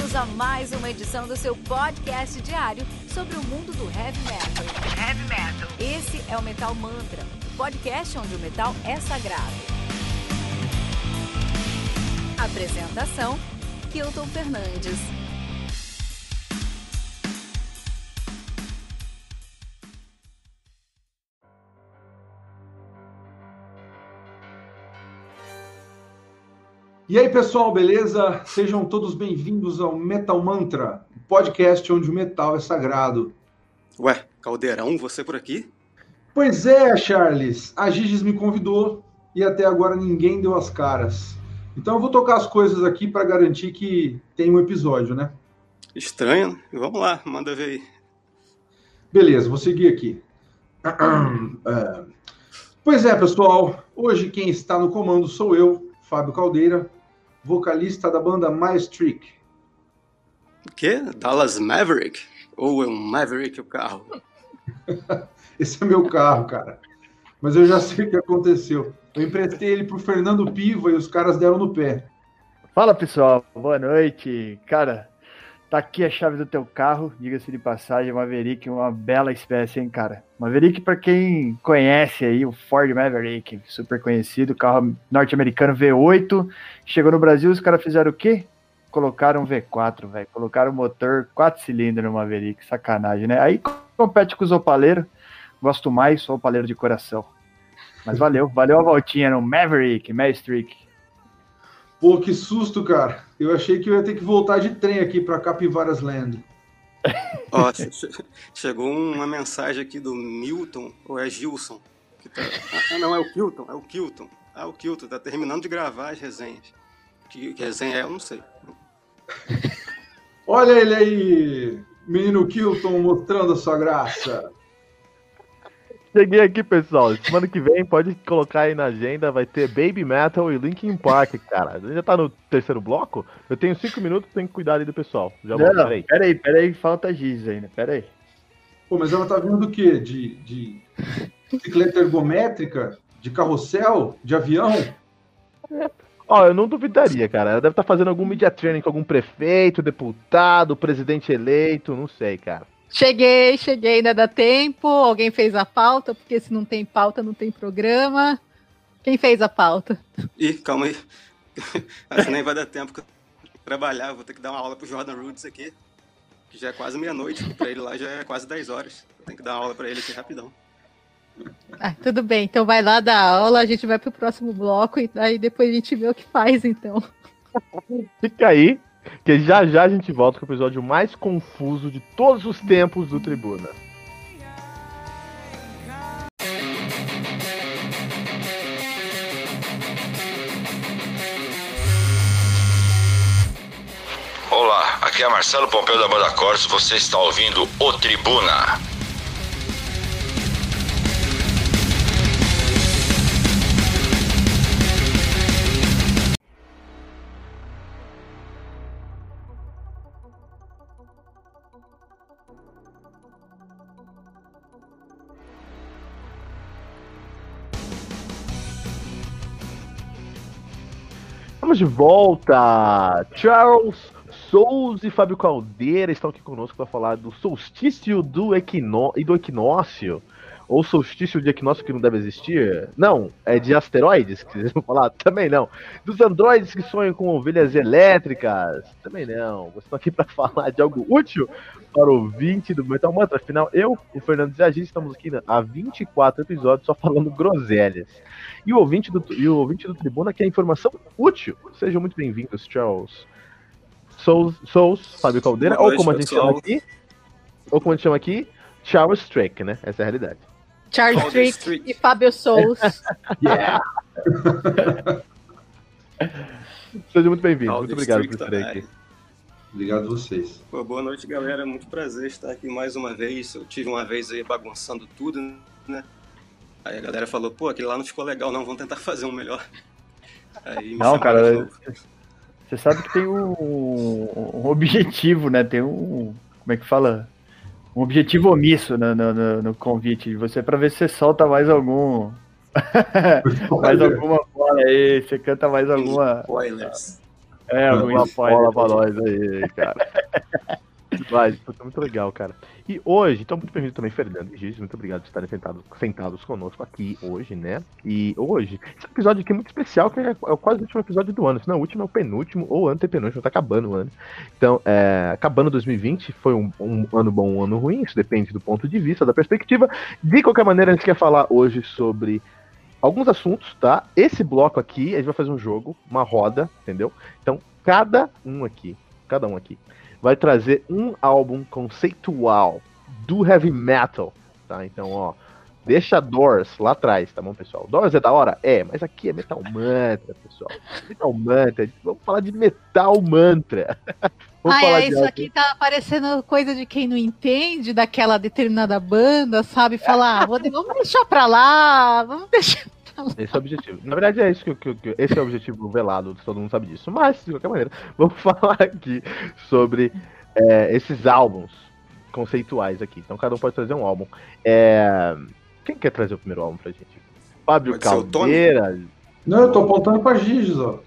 Bem-vindos a mais uma edição do seu podcast diário sobre o mundo do heavy metal. Heavy metal. Esse é o Metal Mantra, o podcast onde o metal é sagrado. Apresentação: Kilton Fernandes. E aí, pessoal, beleza? Sejam todos bem-vindos ao Metal Mantra, o podcast onde o metal é sagrado. Ué, Caldeirão, você por aqui? Pois é, Charles. A Giges me convidou e até agora ninguém deu as caras. Então eu vou tocar as coisas aqui para garantir que tem um episódio, né? Estranho, né? Vamos lá, manda ver aí. Beleza, vou seguir aqui. Pois é, pessoal. Hoje quem está no comando sou eu, Fábio Caldeira, vocalista da banda Maestric. O quê? Dallas Maverick? Ou é um Maverick o carro? Esse é meu carro, cara. Mas eu já sei o que aconteceu. Eu emprestei ele pro Fernando Piva e os caras deram no pé. Fala, pessoal. Boa noite. Cara, tá aqui a chave do teu carro. Diga-se de passagem, Maverick, uma bela espécie, hein, cara? Maverick, pra quem conhece aí, o Ford Maverick, super conhecido, carro norte-americano V8. Chegou no Brasil, os caras fizeram o quê? Colocaram um V4, velho. Colocaram um motor 4 cilindros no Maverick. Sacanagem, né? Aí compete com os opaleiros. Gosto mais, sou opaleiro de coração. Mas valeu a voltinha no Maverick, Maestric. Pô, que susto, cara. Eu achei que eu ia ter que voltar de trem aqui pra Capivaras Land. Ó, chegou uma mensagem aqui do Milton, ou é Gilson? Que tá... não, é o Kilton, é o Kilton. Ah, o Kilton, tá terminando de gravar as resenhas. Que resenha é, eu não sei. Olha ele aí, menino Kilton, mostrando a sua graça. Cheguei aqui, pessoal. Semana que vem, pode colocar aí na agenda, vai ter Baby Metal e Linkin Park, cara. A gente já tá no terceiro bloco? Eu tenho 5 minutos, tenho que cuidar aí do pessoal. Já vou, peraí, falta Giz ainda, peraí. Pô, mas ela tá vindo do quê? De bicicleta ergométrica? De carrossel? De avião? Ó, eu não duvidaria, cara. Ela deve estar fazendo algum media training com algum prefeito, deputado, presidente eleito, não sei, cara. Cheguei, ainda dá tempo. Alguém fez a pauta, porque se não tem pauta, não tem programa. Quem fez a pauta? Ih, calma aí. Acho que nem vai dar tempo que eu trabalhar. Vou ter que dar uma aula pro Jordan Rhodes aqui, que já é quase meia-noite. Pra ele lá já é quase 10 horas. Eu tenho que dar uma aula pra ele aqui rapidão. Ah, tudo bem, então vai lá dar aula, a gente vai pro próximo bloco e aí depois a gente vê o que faz, então. Fica aí, que já já a gente volta com o episódio mais confuso de todos os tempos do Tribuna. Olá, aqui é Marcelo Pompeu da Banda Corsos, você está ouvindo o Tribuna. Estamos de volta! Charles Souza e Fábio Caldeira estão aqui conosco para falar do solstício e do equinócio. Ou solstício de equinócio que não deve existir? Não, é de asteroides que vocês vão falar? Também não. Dos androides que sonham com ovelhas elétricas? Também não. Vocês estão aqui para falar de algo útil para o ouvinte do Metal Mantra. Afinal, eu, o Fernando e a Giz, estamos aqui há 24 episódios só falando groselhas. E o ouvinte do Tribuna quer informação útil. Sejam muito bem-vindos, Charles Souls, Fábio Caldeira, Boa noite, ou como a gente chama aqui, Charles Strick, né? Essa é a realidade. Charles Strick e Fábio Souls. Yeah! Sejam muito bem-vindos. Muito obrigado por estarem aqui. Obrigado a vocês. Pô, boa noite, galera. Muito prazer estar aqui mais uma vez. Eu tive uma vez aí bagunçando tudo, né? Aí a galera falou, pô, aquele lá não ficou legal, não. Vamos tentar fazer um melhor. Aí, não, cara, você sabe que tem um objetivo, né? Tem um... Como é que fala? Um objetivo omisso no convite de você, pra ver se você solta mais algum... mais alguma bola aí, você canta mais alguma... Spoilers. Algum uma spoiler. bola pra nós aí, cara. Mas foi muito legal, cara. E hoje, então, muito bem-vindo também, Fernando e Gigi. Muito obrigado por estarem sentados conosco aqui hoje, né? E hoje, esse episódio aqui é muito especial, que é quase o último episódio do ano. Se não, o último é o penúltimo ou antepenúltimo, tá acabando o ano. Então, acabando 2020, foi um ano bom, um ano ruim, isso depende do ponto de vista, da perspectiva. De qualquer maneira, a gente quer falar hoje sobre alguns assuntos, tá? Esse bloco aqui, a gente vai fazer um jogo, uma roda, entendeu? Então, cada um aqui vai trazer um álbum conceitual do heavy metal, tá? Então, ó, deixa Doors lá atrás, tá bom, pessoal? Doors é da hora? É, mas aqui é Metal Mantra, pessoal. Metal Mantra, vamos falar de Metal Mantra. Isso aqui tá parecendo coisa de quem não entende daquela determinada banda, sabe? Falar, vamos deixar pra lá, vamos deixar. Esse é o objetivo. Na verdade, é isso esse é o objetivo velado, todo mundo sabe disso. Mas, de qualquer maneira, vamos falar aqui sobre esses álbuns conceituais aqui. Então, cada um pode trazer um álbum. Quem quer trazer o primeiro álbum pra gente? Fábio Caldeira? Não, eu tô apontando pra Giges, ó.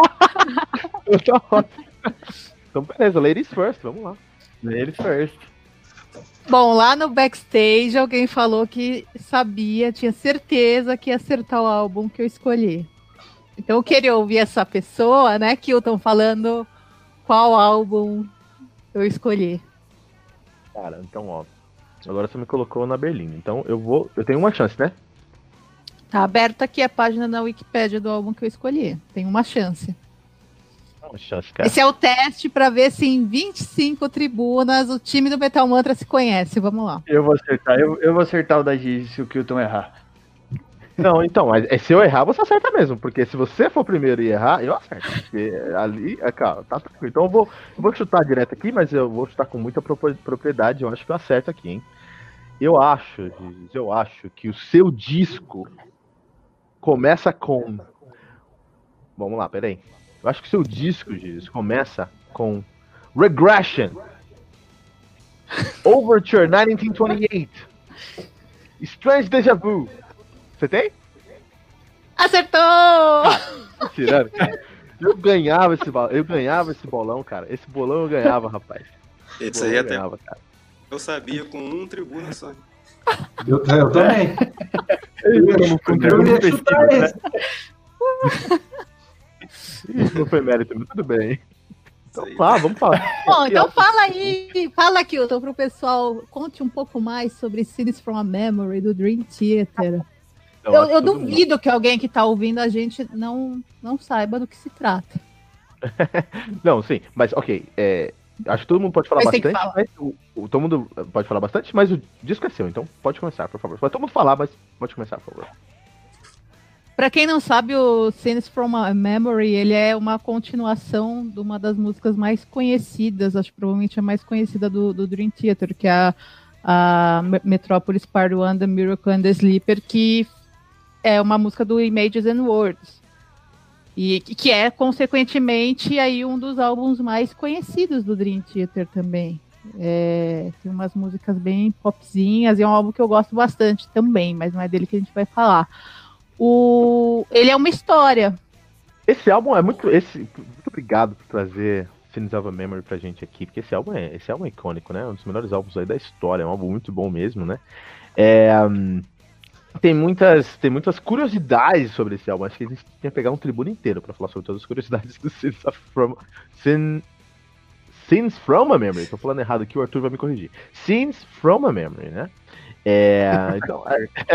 Então, beleza, ladies first, vamos lá. Ladies first. Bom, lá no backstage alguém falou que sabia, tinha certeza que ia acertar o álbum que eu escolhi. Então eu queria ouvir essa pessoa, né, Kilton, falando qual álbum eu escolhi. Cara, então, ó, agora você me colocou na berlinda. Então eu tenho uma chance, né? Tá aberta aqui a página na Wikipédia do álbum que eu escolhi. Tem uma chance. Uma chance, cara. Esse é o teste para ver se em 25 tribunas o time do Metal Mantra se conhece. Vamos lá. Eu vou acertar o da Gigi se o Kilton errar. Não, então, mas se eu errar, você acerta mesmo. Porque se você for o primeiro e errar, eu acerto. Porque ali, cara, tá tranquilo. Então eu vou chutar direto aqui, mas eu vou chutar com muita propriedade. Eu acho que eu acerto aqui, hein? Eu acho que o seu disco começa com... Vamos lá, peraí. Eu acho que o seu disco, Gis, começa com Regression, Overture 1928, Strange Deja Vu. Você tem? Acertou! Tirando, cara. Eu ganhava esse bolão, cara. Esse bolão eu ganhava, rapaz. Esse aí até ganhava, cara. Eu sabia com um tribuna só. Eu também. Eu ia chutar esse. Não foi mérito, mas tudo bem. Então, vamos falar. Bom, então fala, Kilton, pro pessoal, conte um pouco mais sobre Scenes from a Memory do Dream Theater. Eu duvido que alguém que tá ouvindo a gente não saiba do que se trata. Não, sim, mas ok, acho que todo mundo pode falar bastante, mas todo mundo pode falar bastante, mas o disco é seu, então pode começar, por favor. Pode todo mundo falar, mas pode começar, por favor. Pra quem não sabe, o Scenes from a Memory, ele é uma continuação de uma das músicas mais conhecidas, acho que provavelmente a mais conhecida do Dream Theater, que é a Metropolis Part 1, The Miracle and the Sleeper, que é uma música do Images and Words. E que é, consequentemente, aí um dos álbuns mais conhecidos do Dream Theater também. Tem umas músicas bem popzinhas, e é um álbum que eu gosto bastante também, mas não é dele que a gente vai falar. Ele é uma história. Esse álbum é muito obrigado por trazer Scenes of a Memory pra gente aqui, porque esse álbum é icônico, né? Um dos melhores álbuns aí da história, é um álbum muito bom mesmo, né? Tem muitas curiosidades sobre esse álbum. Acho que a gente tinha que pegar um tribuno inteiro pra falar sobre todas as curiosidades do Scenes from a Memory. Tô falando errado aqui, o Arthur vai me corrigir. Scenes from a Memory, né? Então,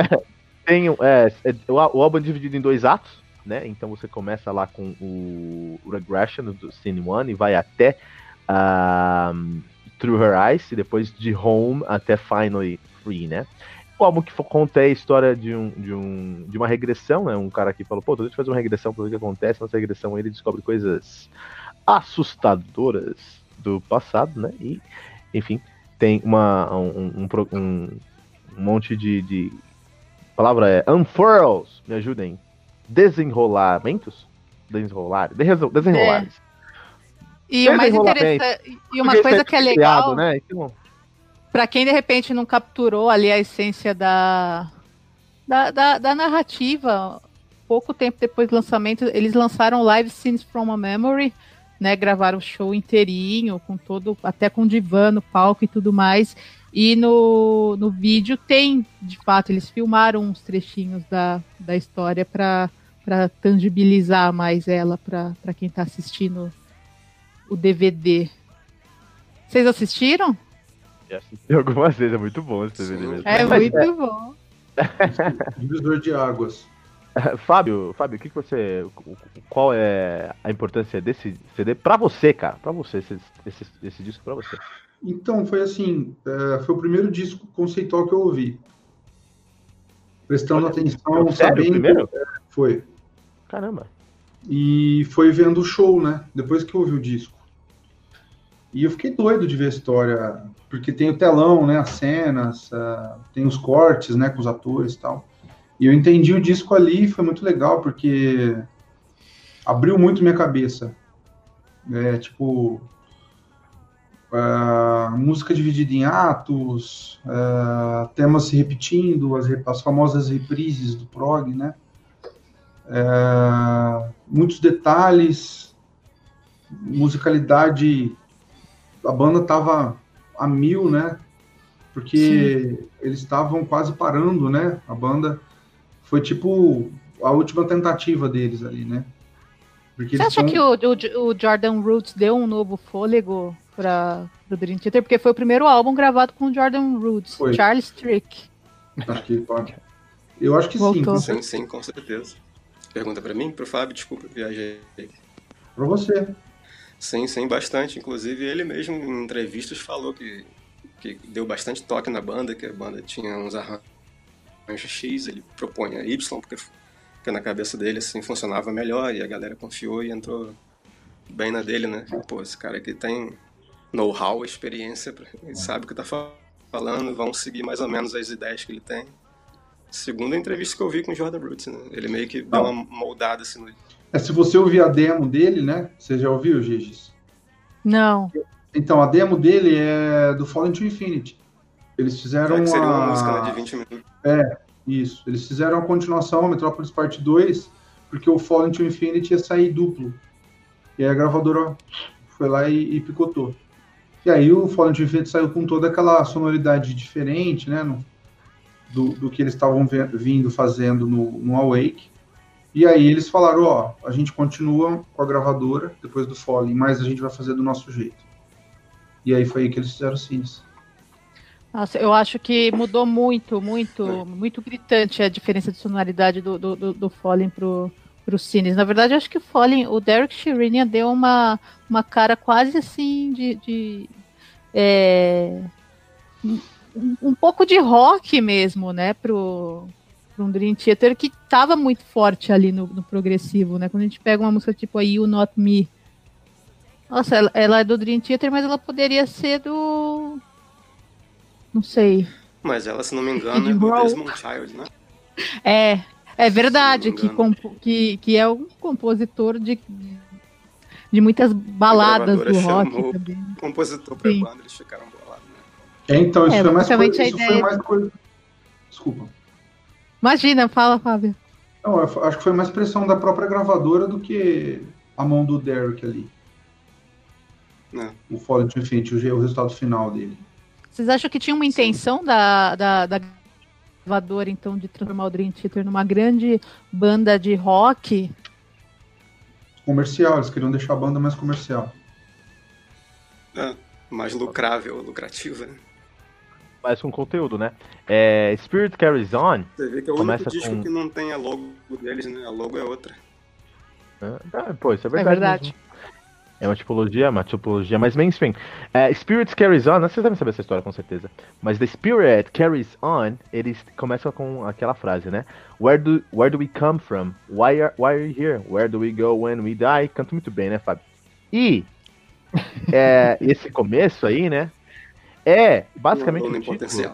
o álbum é dividido em 2 atos, né? Então você começa lá com o Regression do Scene 1 e vai até Through Her Eyes, e depois de Home até Finally Free, né? O álbum que conta a história de uma regressão, né? Um cara que falou, deixa eu fazer uma regressão pra ver o que acontece. Nessa regressão ele descobre coisas assustadoras do passado, né? E, enfim, tem um monte de palavra é unfurls, me ajudem. Desenrolares. E o mais interessante, e uma coisa que é legal, né? Então, para quem de repente não capturou ali a essência da narrativa, pouco tempo depois do lançamento, eles lançaram Live Scenes from a Memory, né, gravaram o show inteirinho, com todo, até com divã no palco e tudo mais. E no vídeo tem, de fato, eles filmaram uns trechinhos da história para tangibilizar mais ela para quem está assistindo o DVD. Vocês assistiram? Já assisti algumas vezes, é muito bom esse DVD mesmo. É muito bom. Divisor de águas. Fábio, o que você. Qual é a importância desse CD pra você, cara? Pra você, esse disco pra você. Então, foi assim, foi o primeiro disco conceitual que eu ouvi. Prestando atenção, sério, sabendo... primeiro? Foi. Caramba. E foi vendo o show, né? Depois que eu ouvi o disco. E eu fiquei doido de ver a história, porque tem o telão, né? As cenas, tem os cortes, né? Com os atores e tal. E eu entendi o disco ali, foi muito legal, porque abriu muito minha cabeça. Música dividida em atos, temas se repetindo, as famosas reprises do prog, né? Muitos detalhes, musicalidade, a banda tava a 1000, né? Porque Sim. Eles estavam quase parando, né? A banda foi tipo a última tentativa deles ali, né? Porque você acha que o Jordan Roots deu um novo fôlego para o Dream Theater? Porque foi o primeiro álbum gravado com o Jordan Roots, foi. Charles Trick. Acho que pode. Eu acho que Voltou. Sim, com certeza. Pergunta para mim? Para o Fábio, desculpa, viajei. Para você. Sim, bastante. Inclusive, ele mesmo, em entrevistas, falou que deu bastante toque na banda, que a banda tinha uns arranjos X, ele propunha Y, porque na cabeça dele assim funcionava melhor, e a galera confiou e entrou bem na dele, né? Pô, esse cara aqui tem know-how, experiência, ele sabe o que tá falando, vão seguir mais ou menos as ideias que ele tem. Segundo a entrevista que eu vi com o Jordan Roots, né? Ele meio que deu uma moldada assim no... se você ouvir a demo dele, né? Você já ouviu, Gigis? Não. Então, a demo dele é do Fallen to Infinity. Eles fizeram seria uma música, né, de 20 minutos. Isso. Eles fizeram a continuação, Metrópolis Parte 2, porque o Fallen to Infinity ia sair duplo. E aí a gravadora foi lá e picotou. E aí o Fallen to Infinity saiu com toda aquela sonoridade diferente, né? Do que eles estavam fazendo no Awake. E aí eles falaram, a gente continua com a gravadora, depois do Fallen, mas a gente vai fazer do nosso jeito. E aí foi aí que eles fizeram o Cines. Nossa, eu acho que mudou muito gritante a diferença de sonoridade do Fallen pro Cines. Na verdade, eu acho que o Fallen, o Derek Sherinian deu uma cara quase assim um pouco de rock mesmo, né, pro um Dream Theater que estava muito forte ali no progressivo, né? Quando a gente pega uma música tipo a You Not Me, nossa, ela é do Dream Theater, mas ela poderia ser do... Não sei. Mas ela, se não me engano, é do Desmond Child, né? É verdade, que é um compositor de muitas baladas do rock também. Compositor pra banda, eles ficaram bolados, né? Então, isso foi mais coisa... Desculpa. Imagina, fala, Fábio. Não, eu acho que foi mais pressão da própria gravadora do que a mão do Derek ali. O Fallen to Infinity, o resultado final dele. Vocês acham que tinha uma intenção da gravadora, então, de transformar o Dream Theater numa grande banda de rock? Comercial, eles queriam deixar a banda mais comercial. Mais lucrativa, né? Mais com conteúdo, né? Spirit Carries On. Você vê que é o único disco que não tem a logo deles, né? A logo é outra. Pô, isso é verdade. É uma tipologia mais mainstream. Spirit Carries On, vocês devem saber essa história com certeza. Mas The Spirit Carries On, eles começam com aquela frase, né? Where do we come from? Why are we here? Where do we go when we die? Canto muito bem, né, Fábio? E esse começo aí, né? É basicamente o título. Potencial.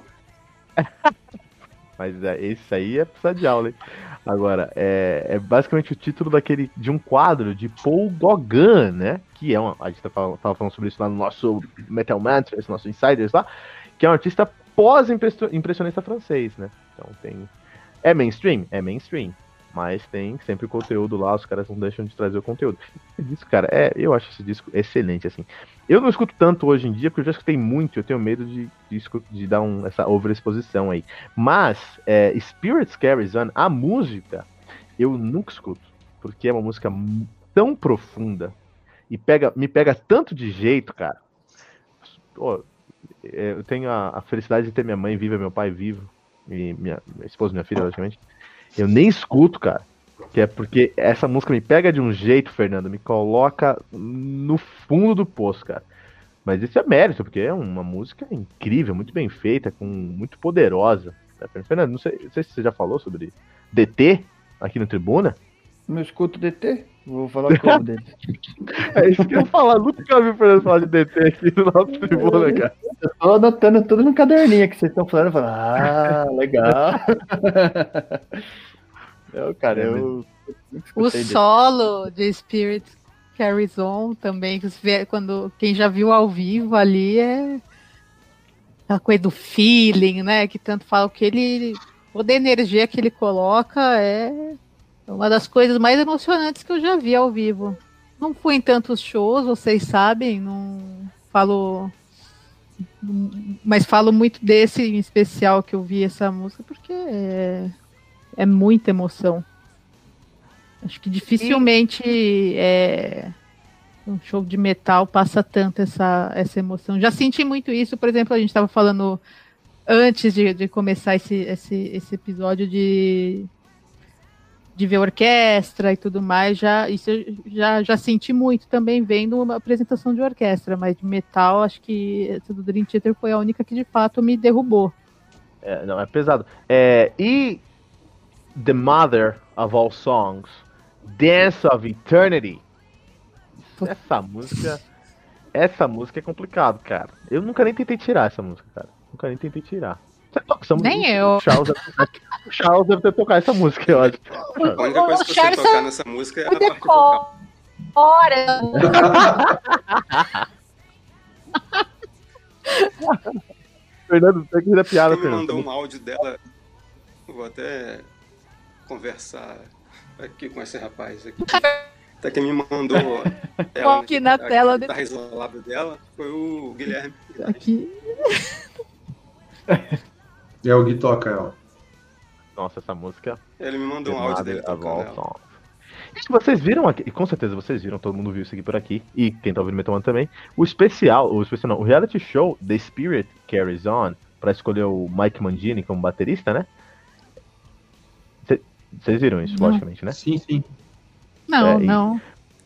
Mas esse aí é precisar de aula, hein? Agora, é basicamente o título de um quadro de Paul Gauguin, né? Que é a gente tava falando sobre isso lá no nosso Metal Mantra, nosso Insiders lá, que é um artista pós-impressionista francês, né? Então é mainstream, Mas tem sempre conteúdo lá, os caras não deixam de trazer o conteúdo. Esse disco, cara, eu acho esse disco excelente, assim. Eu não escuto tanto hoje em dia, porque eu já escutei muito, eu tenho medo de dar essa overexposição aí. Mas, Spirits Carries On, a música, eu nunca escuto, porque é uma música tão profunda e me pega tanto de jeito, cara. Pô, eu tenho a felicidade de ter minha mãe viva, meu pai vivo, e minha esposa e minha filha, logicamente. Eu nem escuto, cara. Que é porque essa música me pega de um jeito, Fernando, me coloca no fundo do poço, cara. Mas isso é mérito, porque é uma música incrível, muito bem feita, muito poderosa. Fernando, não sei se você já falou sobre DT aqui no Tribuna. Não escuto DT? Vou falar como dele. É isso que eu ia falar, nunca vi o Fernando falar de DT aqui no nosso Tribuna, cara. Eu tô anotando tudo no caderninho que vocês estão falando. Eu falo, legal. Cara, o solo de Spirit Carries On também, quando quem já viu ao vivo ali é aquela coisa do feeling, né? Que tanto fala toda a energia que ele coloca é uma das coisas mais emocionantes que eu já vi ao vivo. Não fui em tantos shows, vocês sabem, não falo, mas falo muito desse em especial que eu vi essa música, porque é muita emoção. Acho que dificilmente um show de metal passa tanto essa emoção. Já senti muito isso, por exemplo, a gente estava falando antes de começar esse episódio de ver orquestra e tudo mais, isso eu já senti muito também vendo uma apresentação de orquestra, mas de metal, acho que essa do Dream Theater foi a única que de fato me derrubou. Não, é pesado. E The Mother of All Songs, Dance of Eternity. Essa música é complicado, cara. Eu nunca nem tentei tirar essa música, cara. Nunca nem tentei tirar. Nem eu. O Charles deve ter tocado essa música, eu acho. A única coisa que você tocar nessa música é a parte vocal. Fernando, tem que rir da piada, Fernando. Me mandou um áudio dela. Vou até conversar aqui com esse rapaz aqui. Até quem me mandou ela aqui na tela da isolada dela foi o Guilherme. Aqui. É o Gui toca ela. Nossa, essa música. Ele me mandou um áudio dele tocando ela. E vocês viram aqui, e com certeza vocês viram, todo mundo viu isso aqui por aqui, e quem tá ouvindo Metal Man também, o reality show The Spirit Carries On, pra escolher o Mike Mangini como baterista, né? Vocês viram isso, logicamente, né? Sim. Não. Não,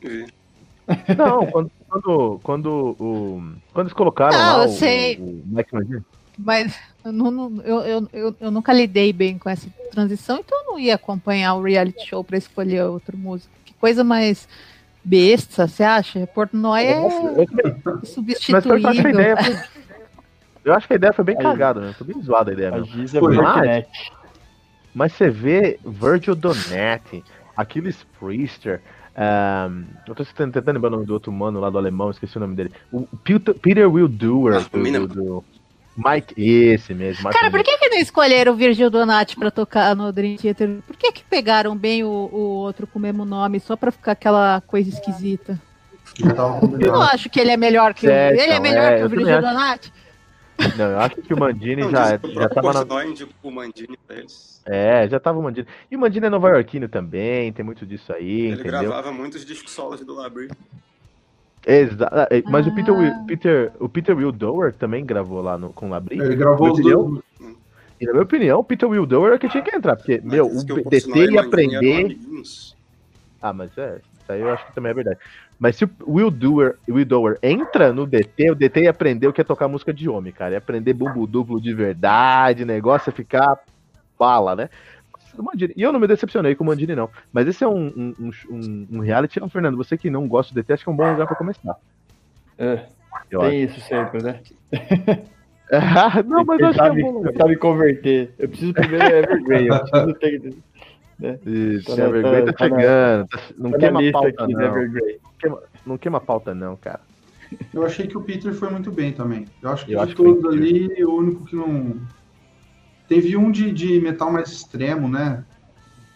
quando eles colocaram lá o Mike Mangini. Mas eu nunca lidei bem com essa transição, então eu não ia acompanhar o reality show para escolher outro músico. Que coisa mais besta, você acha? Portnoy é substituído. Eu acho que a ideia foi bem cagada, né? Foi bem zoada a ideia mesmo. Mas você vê Virgil Donati, Achilles Priester, eu tô tentando lembrar o nome do outro mano lá do alemão, esqueci o nome dele. O Peter Will Doer, do Mike, esse mesmo. Mike. Cara, por que não escolheram o Virgil Donati pra tocar no Dream Theater? Por que pegaram bem o outro com o mesmo nome, só pra ficar aquela coisa esquisita? Eu não acho que ele é melhor que ele é melhor que o Virgil Donati. Não, eu acho que o Mandini já tava o Mandini pra eles. Já tava o Mandini. E o Mandini é nova-iorquino também, tem muito disso aí, ele entendeu? Gravava muitos discos solos do Labrie. Exato, mas o Peter Will Doer também gravou lá com o Labrie. Ele gravou os dois. E na minha opinião, o Peter Will Doer é que tinha que entrar, porque, o DT ia aprender... Mas isso aí eu acho que também é verdade. Mas se o Will Doer entra no DT, o DT ia aprender o que é tocar música de homem, cara. Ia aprender bumbo duplo de verdade, negócio ia ficar bala, né? E eu não me decepcionei com o Mandini, não. Mas esse é um reality. Fernando, você que não gosta do DT, acho que é um bom lugar pra começar. Tem isso sempre, né? Não, mas eu acho que é um bom lugar. Sabe converter. Eu preciso primeiro Evergrey. Eu preciso ter... Isso, Evergrey tá chegando. Não queima a pauta, não. Não queima a pauta, não, cara. Eu achei que o Peter foi muito bem também. Eu acho que de todos ali, o único que não... Teve um de metal mais extremo, né?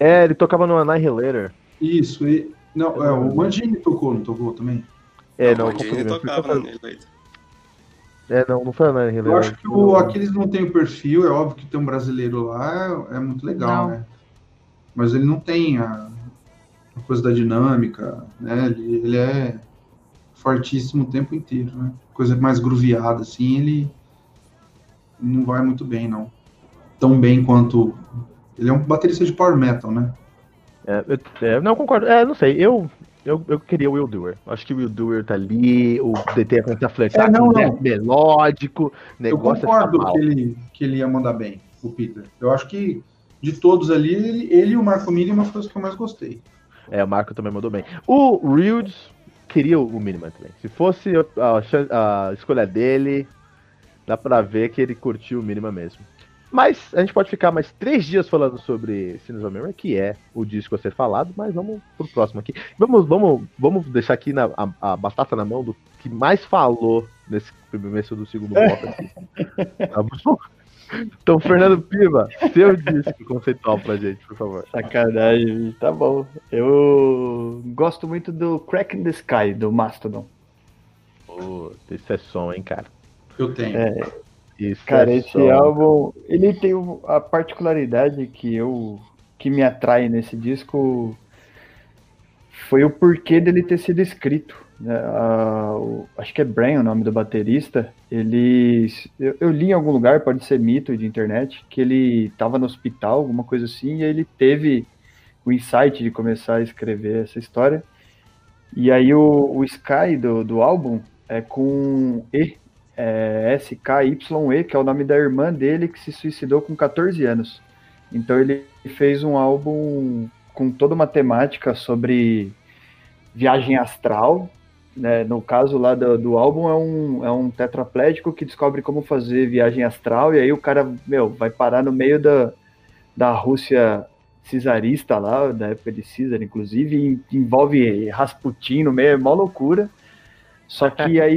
Ele tocava no Annihilator. Isso, não, o Mangini tocou, não tocou também? Não, o Mangini tocava nele. Não foi o Annihilator. Eu acho que o Aquiles não tem o perfil, é óbvio que tem um brasileiro lá, é muito legal, né? Mas ele não tem a coisa da dinâmica, né? Ele é fortíssimo o tempo inteiro, né? Coisa mais grooveada, assim, ele não vai muito bem, não. Tão bem quanto... Ele é um baterista de power metal, né? Não, concordo. Não sei, eu queria o Will Doer. Acho que o Will Doer tá ali, o DT ia começar a flertar melódico, negócio. Eu concordo que ele ia mandar bem, o Peter. Eu acho que de todos ali, ele e o Marco Mini é uma das coisas que eu mais gostei. O Marco também mandou bem. O Riudes queria o Miniman também. Se fosse a escolha dele, dá pra ver que ele curtiu o Miniman mesmo. Mas a gente pode ficar mais 3 dias falando sobre Sins of Memory, que é o disco a ser falado, mas vamos pro próximo aqui. Vamos deixar aqui a batata na mão do que mais falou nesse começo do segundo bloco aqui. Tá bom? Então, Fernando Piva, seu disco conceitual pra gente, por favor. Sacanagem, tá bom. Eu gosto muito do Crack in the Sky, do Mastodon. Esse é som, hein, cara? Eu tenho. Cara, esse álbum, ele tem a particularidade que me atrai nesse disco foi o porquê dele ter sido escrito. Né? Acho que é Brian o nome do baterista. Eu li em algum lugar, pode ser mito de internet, que ele estava no hospital, alguma coisa assim, e ele teve o insight de começar a escrever essa história. E aí o Sky do álbum é com SKYE, que é o nome da irmã dele que se suicidou com 14 anos. Então ele fez um álbum com toda uma temática sobre viagem astral, né? No caso lá do álbum é um tetraplégico que descobre como fazer viagem astral, e aí o cara, vai parar no meio da Rússia czarista lá, da época de César, inclusive, e envolve Rasputin no meio, é mó loucura. Só que aí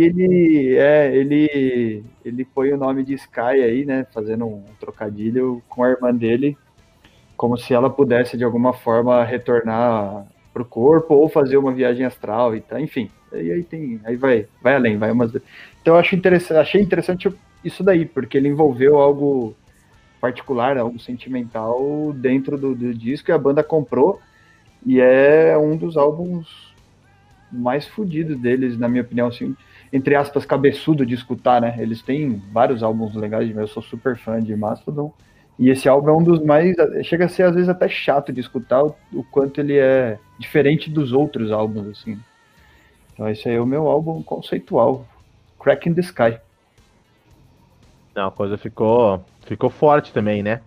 ele põe o nome de Sky aí, né, fazendo um trocadilho com a irmã dele, como se ela pudesse de alguma forma retornar pro corpo ou fazer uma viagem astral e tal, enfim. Aí vai além, vai umas. Então eu achei interessante isso daí, porque ele envolveu algo particular, algo sentimental dentro do disco, e a banda comprou, e é um dos álbuns mais fodidos deles, na minha opinião, assim, entre aspas, cabeçudo de escutar, né? Eles têm vários álbuns legais, eu sou super fã de Mastodon, e esse álbum é um dos mais, chega a ser às vezes até chato de escutar o quanto ele é diferente dos outros álbuns, assim. Então esse aí é o meu álbum conceitual, Crack in the Sky. Não, a coisa ficou forte também, né?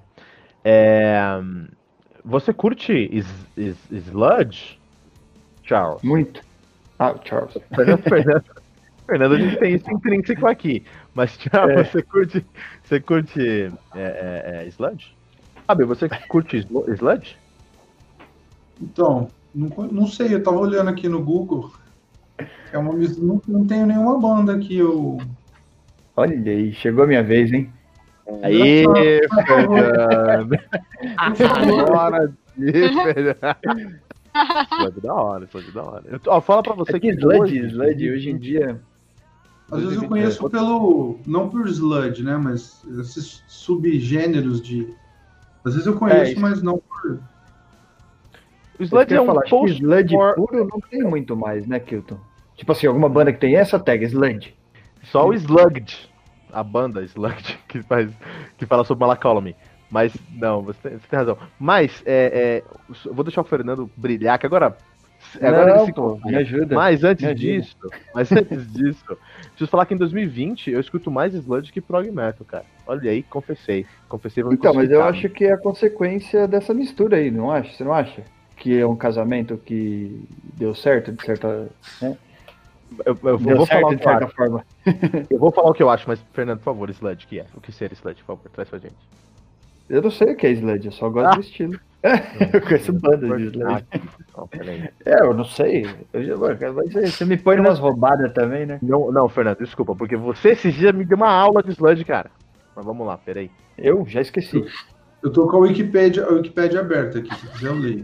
Você curte Sludge, Charles? Muito. Charles. Fernando, a gente tem isso intrínseco aqui. Mas, Charles, você curte Sludge? Sabe, você curte Sludge? Então, não sei, eu tava olhando aqui no Google. É uma não tenho nenhuma banda que eu... Olha aí, chegou a minha vez, hein? Aí, Fernando! Agora sim, Fernando! Sludge da hora. Fala pra você que Sludge hoje em dia... Às vezes eu conheço não por Sludge, né? Mas esses subgêneros de... Às vezes eu conheço, mas não por... O Sludge é um Sludge puro não tem muito mais, né, Kilton? Tipo assim, alguma banda que tem essa tag, Sludge. Só o Slugged, a banda Slugged, que fala sobre Malcolm. Mas, não, você tem razão. Mas, vou deixar o Fernando brilhar, que agora ele se me ajuda. Mas antes disso, preciso falar que em 2020 eu escuto mais Sludge que prog metal, cara. Olha aí, confessei. Então, mas eu acho que é a consequência dessa mistura aí, não acha? Você não acha? Que é um casamento que deu certo, de certa... Né? Eu vou falar de certa forma. Eu vou falar o que eu acho, mas, Fernando, por favor, Sludge, que é? O que seria Sludge, por favor, traz pra gente. Eu não sei o que é Sludge, eu só gosto do estilo. Eu conheço bandas de Sludge. Eu não sei. Você me põe umas roubadas também, né? Não, Fernando, desculpa, porque você esses dias me deu uma aula de Sludge, cara. Mas vamos lá, peraí. Eu já esqueci. Eu tô com a Wikipédia aberta aqui, se quiser eu leio.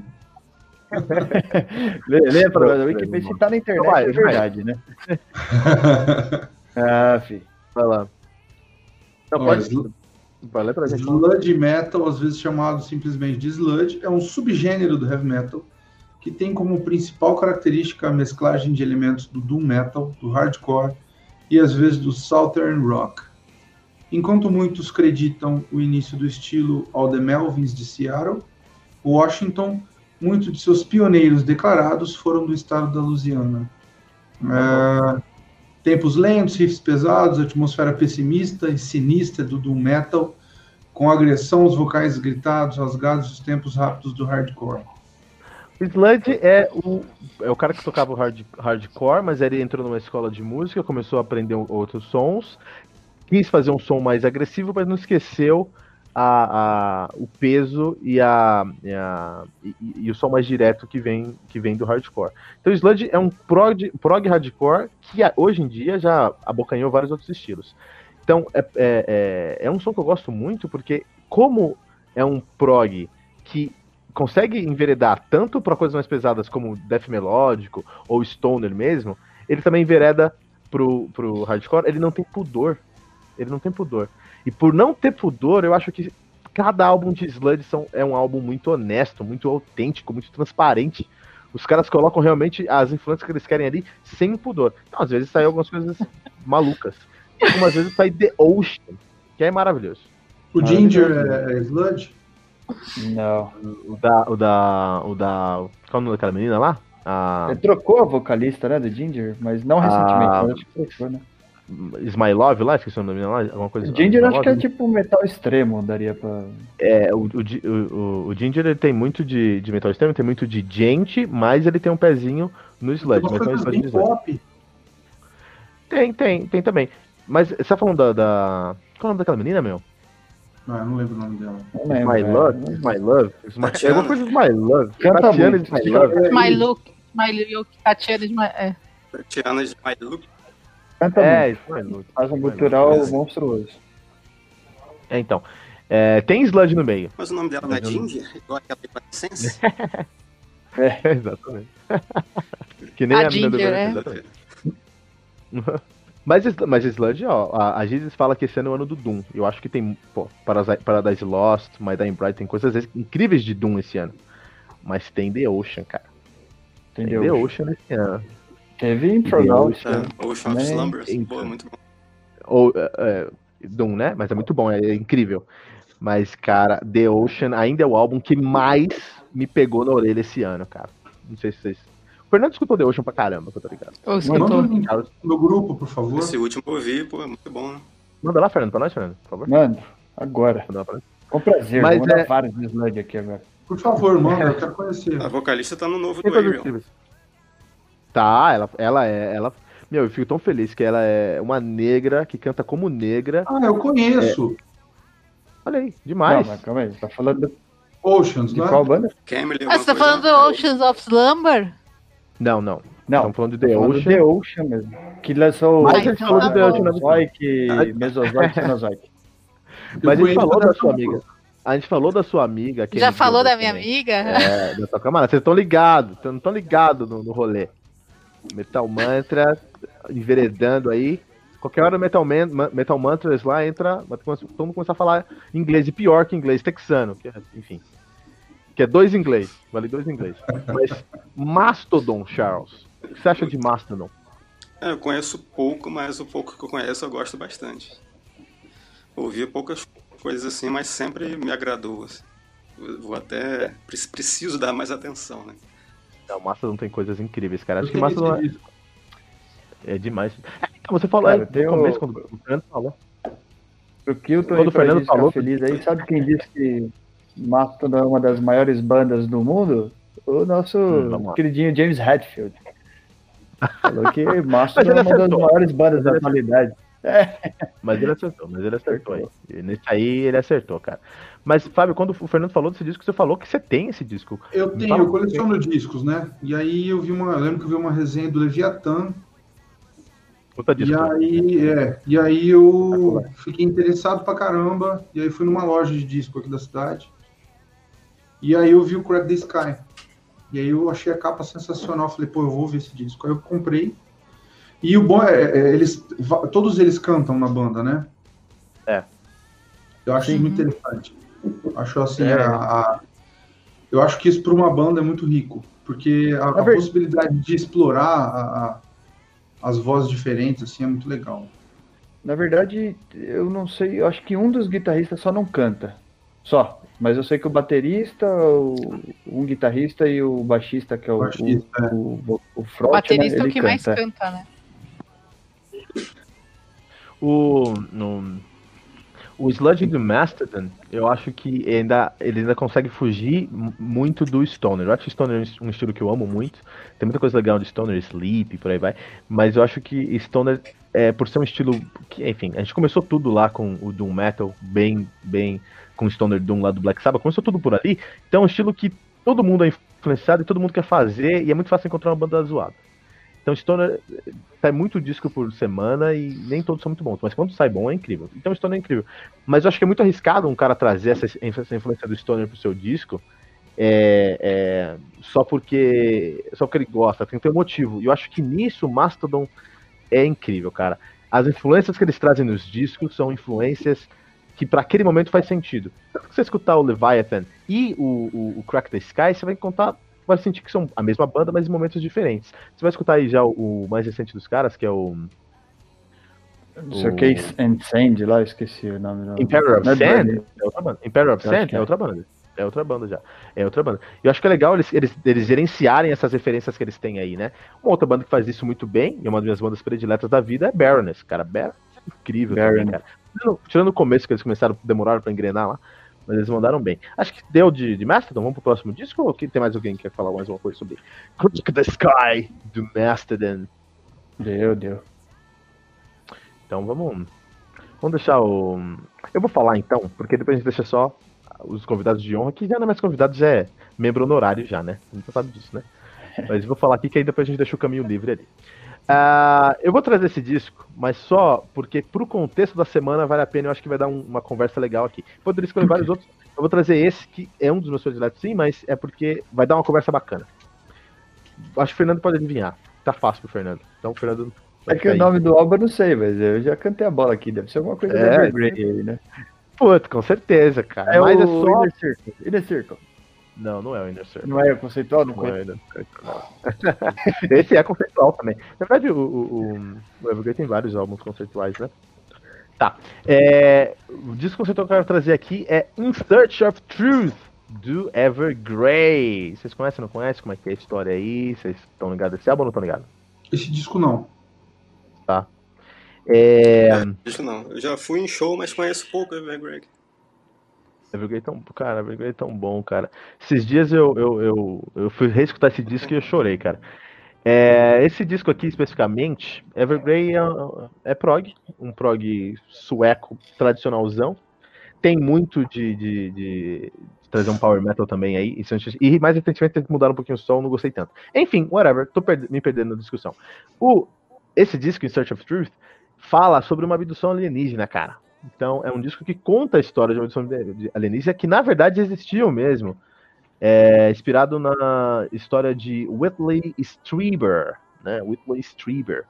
Lê pra nós. A Wikipedia, se tá na internet, Vai, é verdade, né? Ah, fi. Vai lá. Não, Ó, vai ler pra gente. Sludge Metal, às vezes chamado simplesmente de Sludge, é um subgênero do Heavy Metal que tem como principal característica a mesclagem de elementos do Doom Metal, do Hardcore e às vezes do Southern Rock. Enquanto muitos acreditam o início do estilo ao The Melvins de Seattle, Washington, muitos de seus pioneiros declarados foram do estado da Louisiana. Tempos lentos, riffs pesados, atmosfera pessimista e sinistra do Doom Metal, com agressão, os vocais gritados, rasgados, os tempos rápidos do Hardcore. O Sludge é o cara que tocava o hardcore, mas ele entrou numa escola de música, começou a aprender outros sons, quis fazer um som mais agressivo, mas não esqueceu o peso e o som mais direto que vem do hardcore. Então o Sludge é um prog hardcore que hoje em dia já abocanhou vários outros estilos. Então é um som que eu gosto muito, porque como é um prog que consegue enveredar tanto para coisas mais pesadas como death melódico ou stoner mesmo, ele também envereda pro hardcore. Ele não tem pudor. E por não ter pudor, eu acho que cada álbum de Sludge é um álbum muito honesto, muito autêntico, muito transparente. Os caras colocam realmente as influências que eles querem ali sem pudor. Então, às vezes saem algumas coisas malucas. E algumas vezes sai The Ocean, que é maravilhoso. O Ginger é Sludge? Não. O da. Qual é o nome daquela menina lá? Ele trocou a vocalista, né, do Ginger, mas não recentemente, mas acho que trocou, né? Smilove lá, esqueci o nome dela, alguma coisa. O Ginger acho que é tipo metal extremo, daria pra... O Ginger ele tem muito de metal extremo, tem muito de gente, mas ele tem um pezinho no Sludge. Tem umas coisas bem pop. Tem também. Mas você tá falando da... Qual é o nome daquela menina, meu? Não, eu não lembro o nome dela. My Love. É alguma coisa de My Love. Canta Tatiana muito. de My Love. My Look, Tatiana de My... Tatiana de My Look. Canta muito. Isso, My Look. Faz um gutural monstruoso. Então. Tem Sludge no meio. Mas o nome dela não é Ginger? Igual aquela de Sense? Exatamente. Que nem a menina do Ginger, exatamente. Mas Sludge, ó, a Gizes fala que esse ano é o ano do Doom. Eu acho que tem, Paradise Lost, My Dying Bride, tem coisas incríveis de Doom esse ano. Mas tem The Ocean, cara. Tem The Ocean esse ano. Teve Intronaut. Ocean of Slumbers. Pô, muito bom. Doom, né? Mas é muito bom, é incrível. Mas, cara, The Ocean ainda é o álbum que mais me pegou na orelha esse ano, cara. Não sei se vocês... O Fernando escutou The Ocean pra caramba, que eu tô ligado. Manda no grupo, por favor. Esse último eu ouvi, pô, é muito bom, né? Manda lá, Fernando, pra nós, Fernando, por favor. Mano, agora. Manda lá pra nós. Com prazer, Mas vou mandar vários de Sludge aqui agora. Por favor, manda, eu quero conhecer. A vocalista tá no novo Tem do coisas Ariel. incríveis. Tá, ela... Meu, eu fico tão feliz que ela é uma negra, que canta como negra. Ah, eu conheço. Olha aí, demais. Não, mas calma aí, tá falando Oceans, de né? qual banda? Camille, Ah, você tá falando do Oceans of Slumber? Não. Não, Estamos falando de The tô falando Ocean. The Ocean mesmo. Que lançou Mas a a gente falou de The Ocean, né? Mesozoic, Mesozoic, Cenozoic. Mas a gente conheço falou da essa sua amiga. A gente falou da sua amiga. Já falou da minha também. amiga? Da sua camarada. Vocês estão ligados, não estão ligados no rolê. Metal Mantra, enveredando aí. Qualquer hora Metal Mantras lá entra, todo mundo começar a falar inglês, e pior que inglês texano, enfim. Que é 2 inglês, vale 2 inglês. Mas Mastodon, Charles, o que você acha de Mastodon? Eu conheço pouco, mas o pouco que eu conheço eu gosto bastante. Ouvi poucas coisas assim, mas sempre me agradou. Assim. Vou até... Preciso dar mais atenção, né? Não, Mastodon tem coisas incríveis, cara. Acho Eu que tenho Mastodon esse disco. é demais. Então, você falou Cara, tem no começo, quando o Fernando falou. O Kilton Quando aí, o Fernando pra gente falou- ficar feliz aí, sabe quem disse que Mastodon é uma das maiores bandas do mundo? O nosso vamos lá. queridinho James Hetfield. Falou que Mastodon ele é uma das acertou. maiores bandas da atualidade. Mas ele acertou aí. E nesse aí ele acertou, cara. Mas, Fábio, quando o Fernando falou desse disco, você falou que você tem esse disco. Eu tenho, Fala- eu coleciono discos, né? E aí eu lembro que eu vi uma resenha do Leviathan, Puta disco. E aí eu fiquei interessado pra caramba, e aí fui numa loja de disco aqui da cidade, e aí eu vi o Crack the Sky, e aí eu achei a capa sensacional, falei, pô, eu vou ver esse disco. Aí eu comprei, e o bom todos eles cantam na banda, né? Eu acho isso muito interessante. Acho assim, eu acho que isso para uma banda é muito rico, porque a possibilidade de explorar as vozes diferentes assim é muito legal. Na verdade, eu não sei, eu acho que um dos guitarristas só não canta. Só. Mas eu sei que o baterista, um guitarrista e o baixista, que é o front, o baterista né, é o que canta. mais canta, né? O Sludge do Mastodon, eu acho que ele ainda consegue fugir muito do Stoner. Eu acho que Stoner é um estilo que eu amo muito. Tem muita coisa legal de Stoner, Sleep, por aí vai. Mas eu acho que Stoner, por ser um estilo que, enfim, a gente começou tudo lá com o Doom Metal, bem com o Stoner Doom lá do Black Sabbath. Começou tudo por ali. Então é um estilo que todo mundo é influenciado e todo mundo quer fazer. E é muito fácil encontrar uma banda zoada. Então Stoner sai muito disco por semana e nem todos são muito bons, mas quando sai bom é incrível. Então Stoner é incrível. Mas eu acho que é muito arriscado um cara trazer essa influência do Stoner pro seu disco só porque ele gosta, tem que ter um motivo. E eu acho que nisso o Mastodon é incrível, cara. As influências que eles trazem nos discos são influências que para aquele momento faz sentido. Tanto que você escutar o Leviathan e o Crack the Sky, você vai sentir que são a mesma banda, mas em momentos diferentes. Você vai escutar aí já o mais recente dos caras, que é o... Não sei o que and Sand lá, eu esqueci o nome. Imperial of Sand? É outra banda. Imperial of Sand é outra banda. É outra banda já. É outra banda. E eu acho que é legal eles gerenciarem essas referências que eles têm aí, né? Uma outra banda que faz isso muito bem, e uma das minhas bandas prediletas da vida, é Baroness, cara. Baroness é incrível também, cara. Tirando o começo, que eles demoraram pra engrenar lá, mas eles mandaram bem. Acho que deu de Mastodon. Vamos pro próximo disco? Ou tem mais alguém que quer falar mais uma coisa sobre Crack the Sky do Mastodon? Deu. Então vamos deixar o... Eu vou falar então, porque depois a gente deixa só os convidados de honra, que já não é mais convidado, já é membro honorário já, né? A gente sabe disso, né? Mas eu vou falar aqui que aí depois a gente deixa o caminho livre ali. Eu vou trazer esse disco, mas só porque pro contexto da semana vale a pena, eu acho que vai dar uma conversa legal aqui. Poderia escolher vários outros, eu vou trazer esse, que é um dos meus prediletos sim, mas é porque vai dar uma conversa bacana. Acho que o Fernando pode adivinhar, tá fácil pro Fernando. Então o Fernando... É que o nome do álbum eu não sei, mas eu já cantei a bola aqui, deve ser alguma coisa da Evergrey aí, né? Putz, com certeza, cara. Mas é só... Inner Circle. Não é o Inner Circle. Não é o conceitual? Não é o Inner Circle, não. Esse é conceitual também. Na verdade, o Evergrey tem vários álbuns conceituais, né? Tá. O disco conceitual que eu quero trazer aqui é In Search of Truth, do Evergrey. Vocês conhecem ou não conhecem? Como é que é a história aí? Vocês estão ligados nesse álbum ou não estão ligados? Esse disco não. Tá. Isso não. Eu já fui em show, mas conheço pouco o Evergrey. Evergrey é tão bom, cara. Esses dias eu fui reescutar esse disco e eu chorei, cara. Esse disco aqui, especificamente, Evergrey é prog, um prog sueco tradicionalzão. Tem muito de trazer um power metal também aí. E mais recentemente eles mudaram um pouquinho o som, não gostei tanto. Enfim, whatever, tô me perdendo na discussão. Esse disco, In Search of Truth, fala sobre uma abdução alienígena, cara. Então, é um disco que conta a história de uma abdução alienígena que, na verdade, existiu mesmo. Inspirado na história de Whitley Strieber, né? Whitley Strieber.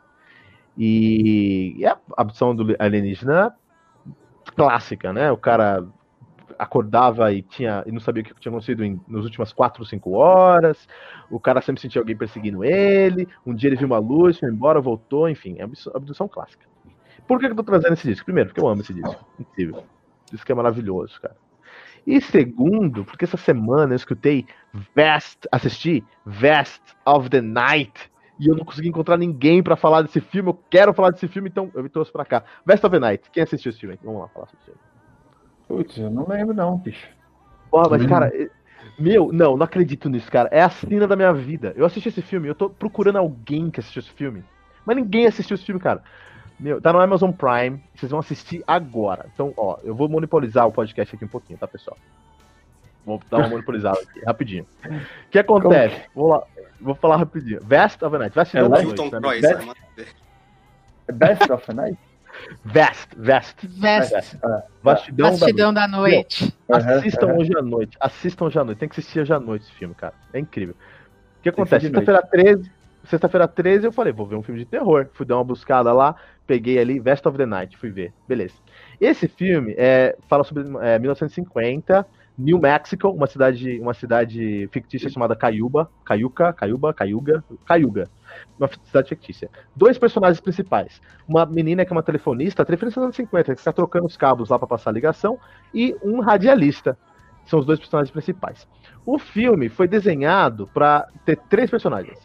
E a abdução do alienígena clássica, né? O cara acordava e não sabia o que tinha acontecido nas últimas 4 ou 5 horas. O cara sempre sentia alguém perseguindo ele. Um dia ele viu uma luz, foi embora, voltou. Enfim, é abdução clássica. Por que eu tô trazendo esse disco? Primeiro, porque eu amo esse disco. Incrível. Esse disco é maravilhoso, cara. E segundo, porque essa semana eu escutei assisti Vast of the Night, e eu não consegui encontrar ninguém pra falar desse filme. Eu quero falar desse filme, então eu me trouxe pra cá. Vast of the Night. Quem assistiu esse filme? Vamos lá falar sobre esse filme. Putz, eu não lembro não, bicho. Porra, mas cara, não acredito nisso, cara. É a cena da minha vida. Eu assisti esse filme, eu tô procurando alguém que assistiu esse filme, mas ninguém assistiu esse filme, cara. Tá no Amazon Prime, vocês vão assistir agora. Então, ó, eu vou monopolizar o podcast aqui um pouquinho, tá, pessoal? Vou dar uma monopolizada aqui, rapidinho. O que acontece? Vou falar rapidinho. Vast of the Night. Best of the Night? Vest. Vastidão da noite. Assistam hoje à noite. Tem que assistir hoje à noite esse filme, cara. É incrível. O que acontece? Sexta-feira 13 eu falei, vou ver um filme de terror. Fui dar uma buscada lá, peguei ali Vest of the Night, fui ver. Beleza. Esse filme fala sobre 1950, New Mexico, uma cidade fictícia chamada Cayuga. Uma cidade fictícia. 2 personagens principais. Uma menina que é uma telefonista dos anos 50, que fica trocando os cabos lá para passar a ligação, e um radialista. São os 2 personagens principais. O filme foi desenhado para ter 3 personagens.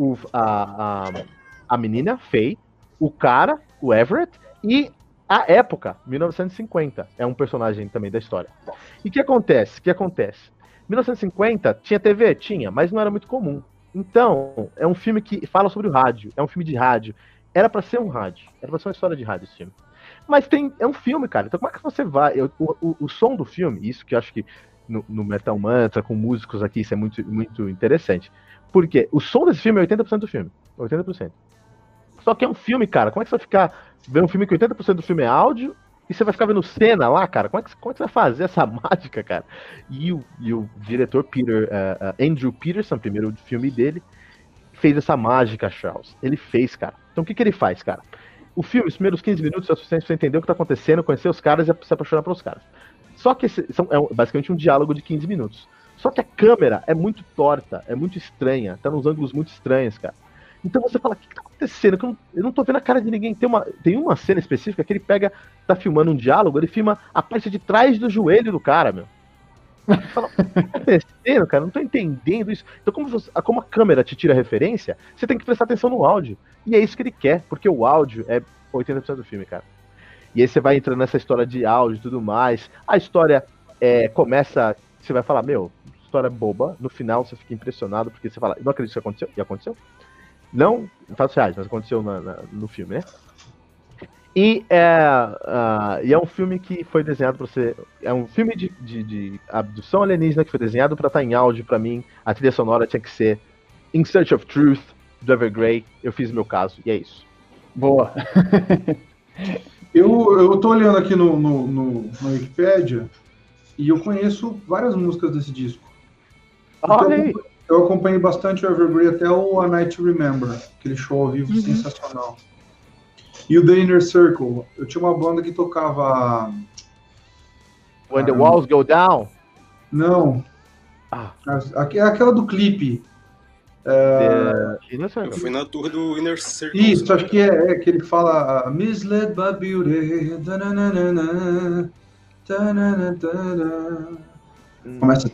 A menina, Faye, o cara, o Everett, e a época, 1950. É um personagem também da história. E o que acontece? 1950 tinha TV? Tinha, mas não era muito comum. Então, é um filme que fala sobre o rádio. É um filme de rádio. Era pra ser um rádio. Era pra ser uma história de rádio esse filme. Mas é um filme, cara. Então como é que você vai... O som do filme, isso que eu acho que no Metal Mantra, com músicos aqui, isso é muito, muito interessante. Porque o som desse filme é 80% do filme. 80%. Só que é um filme, cara. Como é que você vai ficar vendo um filme que 80% do filme é áudio e você vai ficar vendo cena lá, cara? Como é que você vai fazer essa mágica, cara? E o diretor Andrew Peterson, primeiro filme dele, fez essa mágica, Charles. Ele fez, cara. Então o que ele faz, cara? O filme, os primeiros 15 minutos é o suficiente pra você entender o que tá acontecendo, conhecer os caras e se apaixonar pelos caras. Só que é basicamente um diálogo de 15 minutos. Só que a câmera é muito torta, é muito estranha, tá nos ângulos muito estranhos, cara. Então você fala, o que tá acontecendo? Eu não tô vendo a cara de ninguém. Tem uma cena específica que ele tá filmando um diálogo, ele filma a parte de trás do joelho do cara, meu. Você fala, o que tá acontecendo, cara? Eu não tô entendendo isso. Então como a câmera te tira referência, você tem que prestar atenção no áudio. E é isso que ele quer, porque o áudio é 80% do filme, cara. E aí você vai entrando nessa história de áudio e tudo mais. A história começa, você vai falar, meu, história boba. No final você fica impressionado, porque você fala, não acredito que isso aconteceu. E aconteceu? Não em fatos reais, mas aconteceu no filme, né? E é um filme que foi desenhado para ser... É um filme de abdução alienígena que foi desenhado para estar em áudio. Para mim, a trilha sonora tinha que ser In Search of Truth, do Evergrey. Eu fiz o meu caso, e é isso. Boa. Eu tô olhando aqui na Wikipédia e eu conheço várias músicas desse disco. Olha aí. Eu acompanhei bastante o Evergrey até o A Night to Remember, aquele show ao vivo sensacional. E o The Inner Circle, eu tinha uma banda que tocava... When the Walls Go Down? Não. Aquela do clipe. Eu fui na tour do Inner Circle. Isso, acho que é que ele fala Misled by Beauty. Começa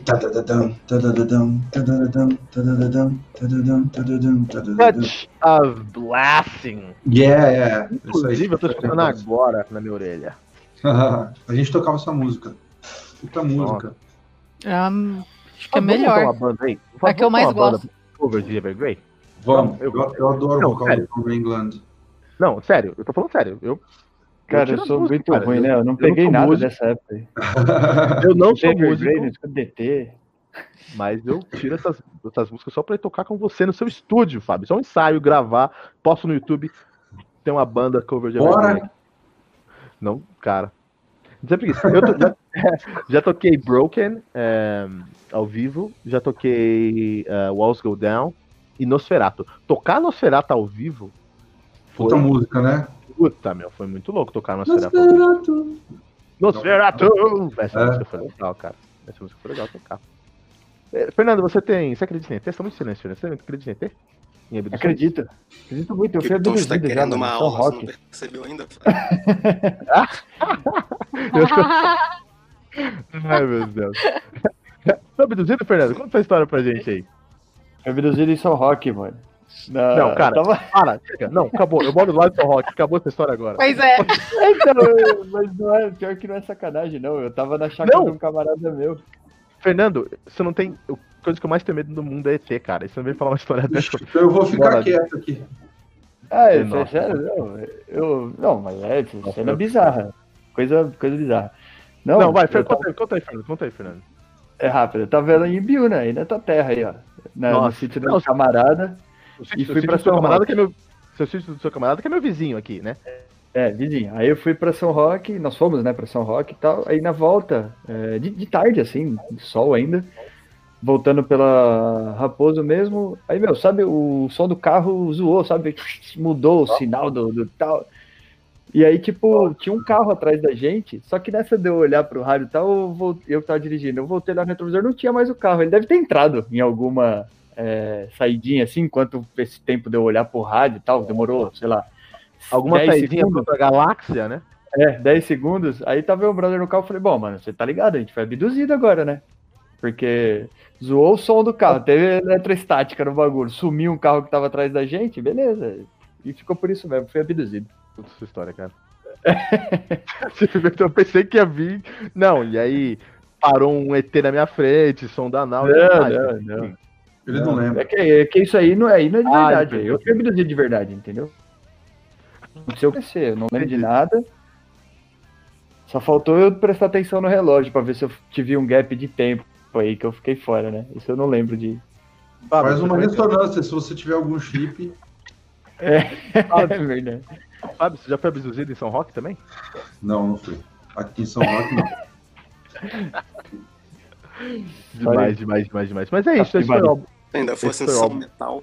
Touch of Blasting. Yeah. Inclusive, eu tô escutando agora na minha orelha. A gente tocava essa música. Puta música. Acho que é melhor. É que eu mais gosto. Cover de Evergrey? Vamos, eu adoro o vocal do Tom England. Não, sério, eu tô falando sério. Cara, eu sou muito ruim, né? Eu não peguei nada dessa época aí. Eu não sou músico, DT. mas eu tiro essas músicas só pra ir tocar com você no seu estúdio, Fábio. Só um ensaio, gravar, posto no YouTube. Tem uma banda cover de Evergrey. Não, cara. Não sei por isso. Já toquei Broken ao vivo, já toquei Walls Go Down e Nosferatu. Tocar Nosferatu ao vivo foi... Puta música, né? Puta, meu, foi muito louco tocar Nosferatu. Nosferatu! Essa música foi legal, cara. Essa música foi legal tocar. Fernando, você acredita em ET? Você tá muito silêncio, Fernando. Você acredita em ET? Acredito muito. Eu fui Então você tá abduzido querendo já, uma mano. aula, Só você rock. não percebeu ainda? Ai, meu Deus. Tá abduzido, Fernando? Conta essa história pra gente aí. Fui abduzido em São Roque, mano. Não, cara, para, chega. Não, acabou. Eu moro do lado do São Roque, acabou essa história agora. Pois é. Então, mas não é, pior que não é sacanagem, não. Eu tava na chácara de um camarada meu. Fernando, você não tem... A coisa que eu mais tenho medo do mundo é ET, cara. Você não veio falar uma história dessa. Eu vou ficar quieto aqui. É sério? Não, mas é cena bizarra. Coisa bizarra. Não, vai, conta aí, Fernando. É rápido. Eu tava vendo em Ibiúna, aí na tua terra aí, ó. No sítio do meu camarada. E fui pra sua camarada, que é seu sítio do seu camarada, que é meu vizinho aqui, né? Vizinho. Aí eu fui pra São Roque, nós fomos, né, pra São Roque e tal. Aí na volta, de tarde, assim, de sol ainda, voltando pela Raposo mesmo. Aí, meu, sabe, o som do carro zoou, sabe? Mudou o sinal do tal. E aí, tipo, tinha um carro atrás da gente, só que nessa de eu olhar pro rádio e tal, eu que tava dirigindo, eu voltei lá no retrovisor, não tinha mais o carro. Ele deve ter entrado em alguma saidinha, assim, enquanto esse tempo de eu olhar pro rádio e tal, demorou, sei lá, Alguma 10 saidinha segundos. pra galáxia, né? 10 segundos. Aí tava o brother no carro, eu falei, bom, mano, você tá ligado, a gente foi abduzido agora, né? Porque zoou o som do carro, teve eletrostática no bagulho, sumiu um carro que tava atrás da gente, beleza. E ficou por isso mesmo, foi abduzido. Toda essa história, cara. Eu pensei que ia vir. Não, e aí parou um ET na minha frente, som da nau. Não. Ele não lembra. É que isso aí não é de verdade. entendi. Eu fui abduzido de verdade, entendeu? Não sei o que ser, eu não lembro de nada. Só faltou eu prestar atenção no relógio pra ver se eu tive um gap de tempo aí que eu fiquei fora, né? Isso eu não lembro de. Faz uma ressonância se você tiver algum chip. É verdade. Fábio, você já foi abduzido em São Roque também? Não fui. Aqui em São Roque, não. Demais. Mas é isso, esse foi o álbum. Se ainda fosse Esse um foi som óbvio. metal.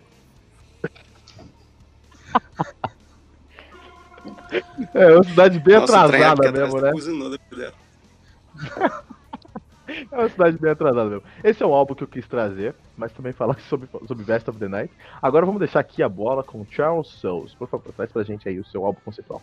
É uma cidade bem Nossa, o trem atrasada aqui atrás mesmo, né? buzinou depois dela. É uma cidade bem atrasada mesmo. Esse é um álbum que eu quis trazer, mas também falar sobre Best of the Night. Agora vamos deixar aqui a bola com Charles Souls. Por favor, traz pra gente aí o seu álbum conceitual.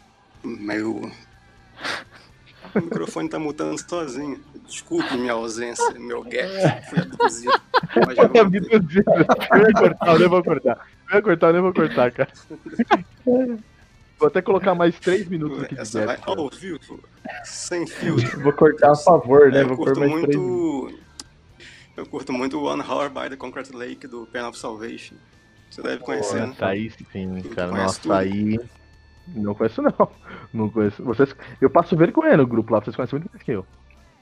O microfone tá mutando sozinho. Desculpe minha ausência, meu gap. Fui abduzido. Mas já voltei. Eu nem vou cortar, cara. Vou até colocar mais 3 minutos aqui de Essa vai gap. ao vivo, sem filtro. Vou cortar a favor, né? Eu Vou pôr curto mais muito. Eu curto muito One Hour by the Concrete Lake do Pen of Salvation. Você deve conhecer, né? Nossa, aí sim, cara. Conhece Nossa, tudo? aí. Não conheço, não. Não conheço. Vocês... Eu passo vergonha no grupo lá, vocês conhecem muito mais que eu.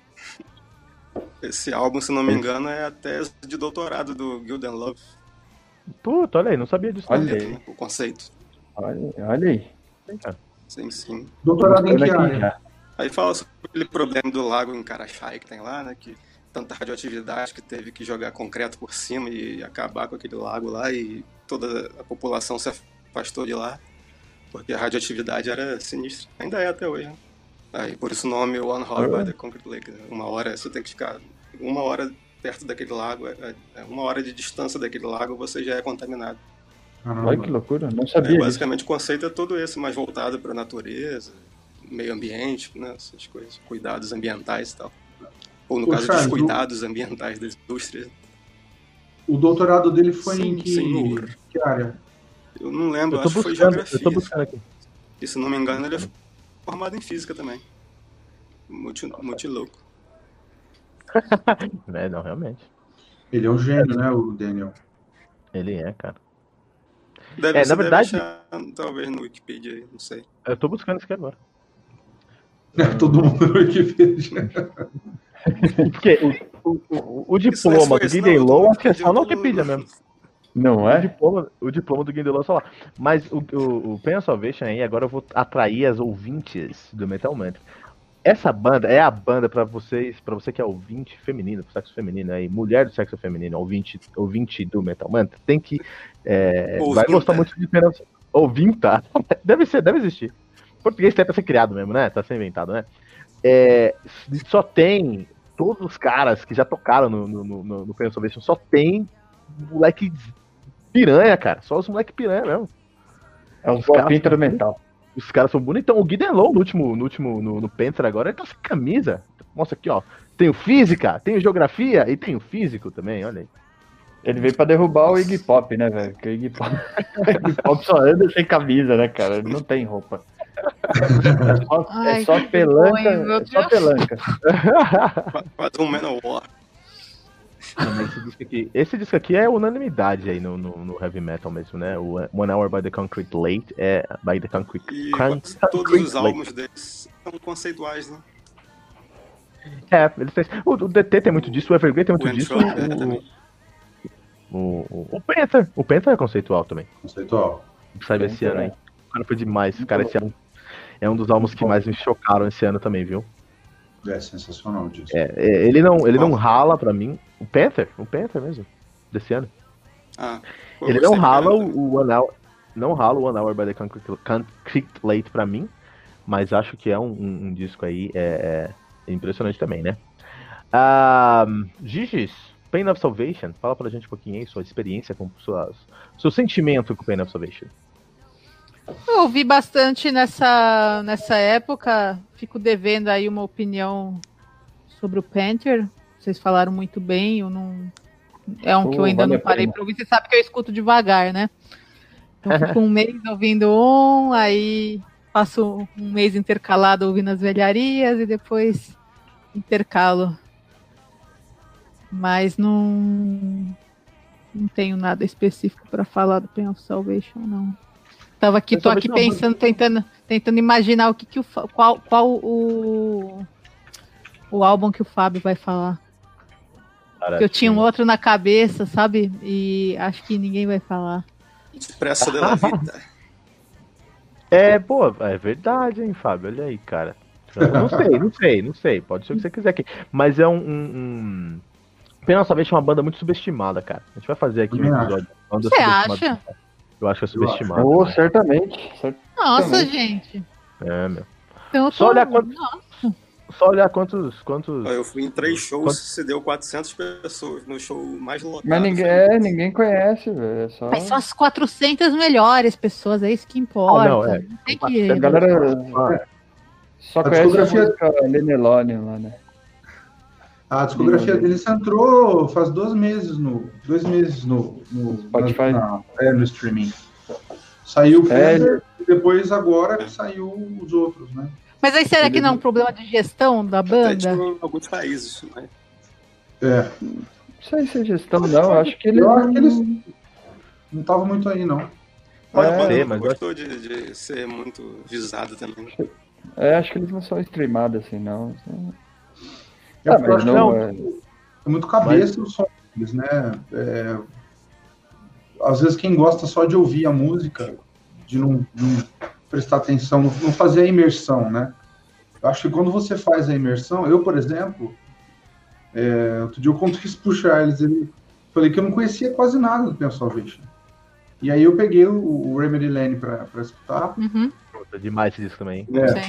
Esse álbum, se não me engano, é a tese de doutorado do Gildan Love. Puta, olha aí, não sabia disso. Olha não. aí. O conceito. Olha aí. Sim. Doutorado em que Mostrando aqui área? já. Aí fala sobre aquele problema do lago em Karachai que tem lá, né? Que tanta radioatividade que teve que jogar concreto por cima e acabar com aquele lago lá e toda a população se afastou de lá. Porque a radioatividade era sinistra. Ainda é até hoje, né? Aí, por isso o nome One Hour by the Concrete Lake. Né? Uma hora, você tem que ficar 1 hora perto daquele lago, 1 hora de distância daquele lago, você já é contaminado. Olha que loucura, não Aí, sabia disso. basicamente o conceito é todo esse, mais voltado para a natureza, meio ambiente, né? Essas coisas, cuidados ambientais e tal. Ou no Ô, caso Charles, dos cuidados ambientais das indústrias. O doutorado dele foi Sim, em senhor. que área? Eu não lembro, Eu tô acho que foi buscando, geografia. eu tô buscando aqui. E se não me engano, ele é formado em física também. Muito louco. É, não, realmente. Ele é um gênio, né, o Daniel? Ele é, cara. Deve, na verdade- deve achar, talvez no Wikipedia aí, não sei. Eu tô buscando isso aqui agora. Todo mundo no Wikipedia. Porque o diploma Isso do foi- Gideon não, Low eu acho que é só no tô- Wikipedia mesmo. Não O é? diploma do Gideon Low é só lá. Mas o Pen of Salvation aí, agora eu vou atrair as ouvintes do Metal Mantra. Essa banda é a banda pra você que é ouvinte feminino, do sexo feminino aí, mulher do sexo feminino, ouvinte do Metal Mantra, tem que vai Ouvinta. gostar muito de Pen of Ouvinta. Deve existir. Português tem pra ser criado mesmo, né? Tá sendo inventado, né? Só tem todos os caras que já tocaram no Pen of Salvation, só tem moleque piranha, cara. Só os moleque piranha mesmo. É um Os caras pinta são do metal. Os caras são bonitos. Então, o Gideon Low no Panther agora, ele tá sem camisa. Mostra aqui, ó. Tenho física, tenho geografia e tenho físico também, olha aí. Ele veio pra derrubar o Iggy Pop, né, velho? Porque o Iggy Pop só anda sem camisa, né, cara? Ele não tem roupa. Ai, É só que pelanca, vergonha, meu é só Deus. pelanca. Quase um Manowar. Esse disco aqui é unanimidade aí no heavy metal mesmo, né? O One Hour by the Concrete Lake é by the Concrete, E Concrete todos os Lake. álbuns deles são conceituais, né? Eles têm, o DT tem muito disso, o Evergrey tem muito O disso. Entropic também. O Panther é conceitual também. Conceitual. que saiu esse ano aí. O cara foi demais. Cara, esse ano é um dos álbuns que mais me chocaram esse ano também, viu? É sensacional disso. Ele não rala pra mim. O Panther mesmo, desse ano. Ele não rala o One Hour. Não rala o One Hour by the Concrete Late pra mim, mas acho que é um disco aí impressionante também, né? Gigi's, Pain of Salvation, fala pra gente um pouquinho aí, sua experiência com seu sentimento com Pain of Salvation. Eu ouvi bastante nessa época, fico devendo aí uma opinião sobre o Panther. Vocês falaram muito bem, eu não... É um que eu ainda não parei para ouvir. Você sabe que eu escuto devagar, né? Então fico um mês ouvindo aí passo um mês intercalado ouvindo as velharias e depois intercalo. Mas não tenho nada específico para falar do Pain of Salvation, não. Tô aqui pensando, tentando imaginar qual o álbum que o Fábio vai falar. Porque eu tinha um outro na cabeça, sabe? E acho que ninguém vai falar. Expresso de la Vida. É verdade, hein, Fábio? Olha aí, cara. Eu não sei. Pode ser o que você quiser aqui. Mas é Pain of Salvation é uma banda muito subestimada, cara. A gente vai fazer aqui um episódio. Você acha? Eu acho que é subestimado. Certamente. Nossa, gente. Meu. Então, Só olhar quantos... Eu fui em 3 shows, você deu 400 pessoas no show mais lotado. Mas ninguém conhece, velho. Mas só as 400 melhores pessoas, é isso que importa. Não, tem que... A galera só conhece a música Lenelone lá, né? A discografia deles entrou faz 2 meses no Spotify. No streaming. Saiu o Panther e depois agora que saiu os outros, né? Mas aí será que não é um problema de gestão da banda? Até em alguns países, né? Não sei se é gestão, não. Acho que eles não estavam muito aí, não. Mas gostou de ser muito visado também. Acho que eles não são streamados assim, não. Mas não é muito cabeça o som deles, né? Às vezes quem gosta só de ouvir a música, de não prestar atenção, não fazer a imersão, né? Eu acho que quando você faz a imersão, eu, por exemplo, outro dia eu quis puxar eles, falei que eu não conhecia quase nada do Pain of Salvation. E aí eu peguei o Remedy Lane pra escutar. É demais esse disco também.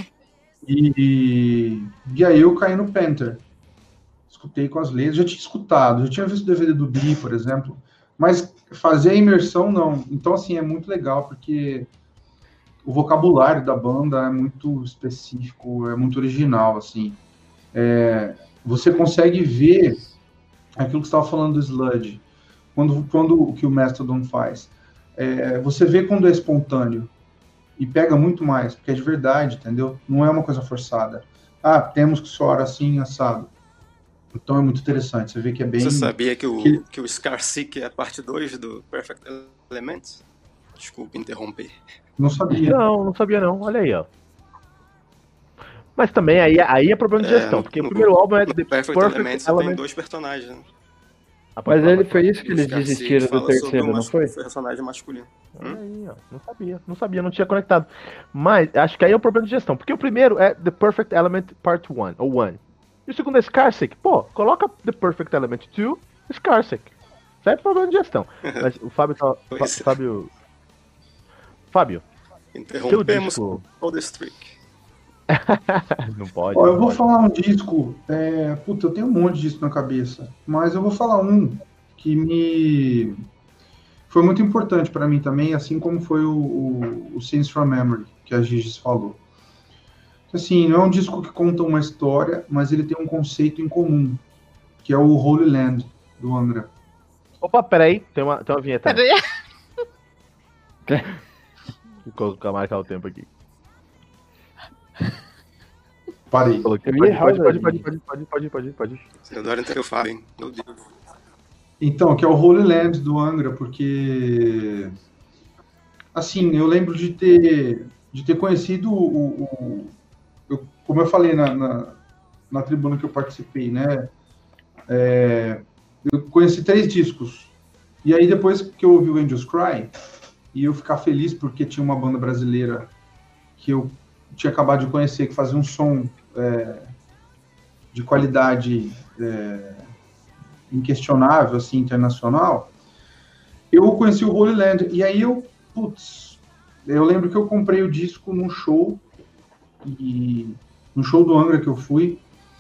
E aí eu caí no Panther. Escutei com as letras, já tinha escutado, já tinha visto o DVD do Bi, por exemplo, mas fazer a imersão não. Então, assim, é muito legal, porque o vocabulário da banda é muito específico, é muito original, assim. Você consegue ver aquilo que você estava falando do sludge, quando o que o Mastodon faz. Você vê quando é espontâneo, e pega muito mais, porque é de verdade, entendeu? Não é uma coisa forçada. Temos que soar assim, assado. Então é muito interessante, você vê que é bem... Você sabia que o Scarsick é a parte 2 do Perfect Elements? Desculpa interromper. Não sabia. Não sabia não, olha aí, ó. Mas também aí é problema de gestão, porque o primeiro álbum é The Perfect Elements, tem 2 personagens, né? Mas foi isso que eles desistiram do terceiro, não foi? Personagem masculino. Aí, ó, não sabia, não tinha conectado. Mas acho que aí é um problema de gestão, porque o primeiro é The Perfect Element Part 1, ou 1. E o segundo é Scarsick. Coloca The Perfect Element 2, Scarsick. Isso aí é problema de gestão. Mas o Fábio tá... Fábio. Interrompemos o The Streak. Não pode. Eu vou falar um disco. Eu tenho um monte de disco na cabeça. Mas eu vou falar um que foi muito importante para mim também, assim como foi o Scenes from Memory, que a Gigi falou. Assim, não é um disco que conta uma história, mas ele tem um conceito em comum, que é o Holy Land, do Angra. Opa, peraí, tem uma vinheta. Peraí. Vou marcar o tempo aqui. Parei. Pode. Você adora interromper, hein? Meu Deus. Então, que é o Holy Land do Angra, porque... Assim, eu lembro de ter conhecido como eu falei na tribuna que eu participei, né? Eu conheci 3 discos. E aí, depois que eu ouvi o Angels Cry, e eu ficar feliz porque tinha uma banda brasileira que eu tinha acabado de conhecer, que fazia um som de qualidade inquestionável, assim, internacional. Eu conheci o Holy Land, e aí eu lembro que eu comprei o disco num show do Angra que eu fui,